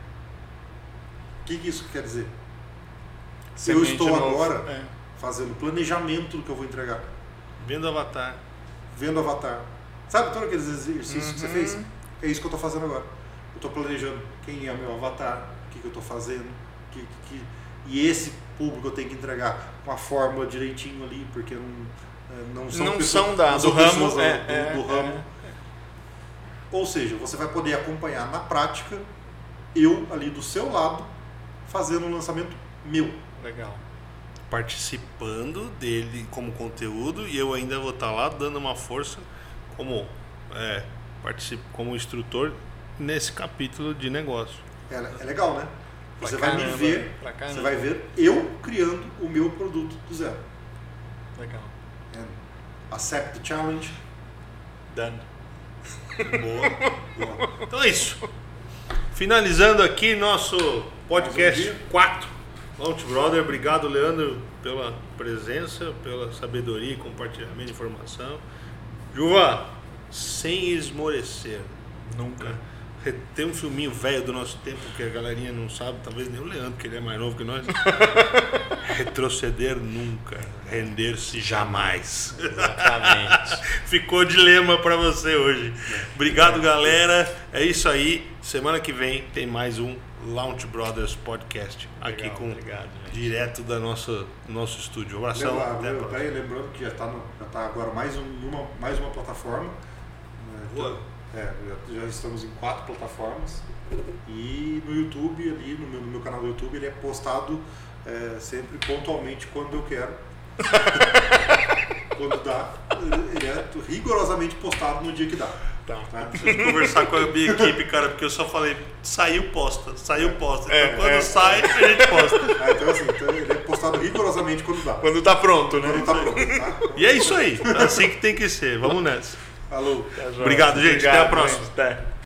O que isso quer dizer? Eu estou agora fazendo planejamento do que eu vou entregar. Vendo Avatar. Sabe todos aqueles exercícios que você fez? É isso que eu estou fazendo agora. Eu estou planejando quem é meu avatar, o que eu estou fazendo, e esse público eu tenho que entregar com a fórmula direitinho ali, porque não são Não pessoas, são não do são ramo, pessoas do ramo. Ou seja, você vai poder acompanhar na prática eu ali do seu lado fazendo um lançamento meu. Legal. Participando dele como conteúdo e eu ainda vou estar lá dando uma força como como instrutor nesse capítulo de negócio. É legal, né? Você Pra vai caramba, me ver, pra caramba. você vai ver eu criando o meu produto do zero. Legal. Accept the challenge. Done. Boa. Então é isso. Finalizando aqui nosso podcast 4, Launch Brother. Obrigado, Leandro, pela presença, pela sabedoria e compartilhamento de informação. Juva, sem esmorecer. Nunca. Tem um filminho velho do nosso tempo que a galerinha não sabe, talvez nem o Leandro, que ele é mais novo que nós. Retroceder nunca, render-se jamais. Exatamente. Ficou dilema pra você hoje. Obrigado, galera. É isso aí. Semana que vem tem mais um Launch Brothers Podcast aqui Legal, com obrigado, gente. direto da nosso estúdio. Um abração. Até a próxima. Lembrando que já tá agora mais uma plataforma. Boa. Já estamos em 4 plataformas e no YouTube, ali no meu canal do YouTube, ele é postado sempre pontualmente quando eu quero. Quando dá, ele é rigorosamente postado no dia que dá. Tá. Preciso conversar com a minha equipe, cara, porque eu só falei, saiu, posta. Então quando sai, a gente posta. Então ele é postado rigorosamente quando dá. Quando tá pronto, né? Quando tá pronto, tá? E é isso aí, assim que tem que ser. Vamos nessa. Alô. Obrigado, gente. Até a próxima. Gente, até.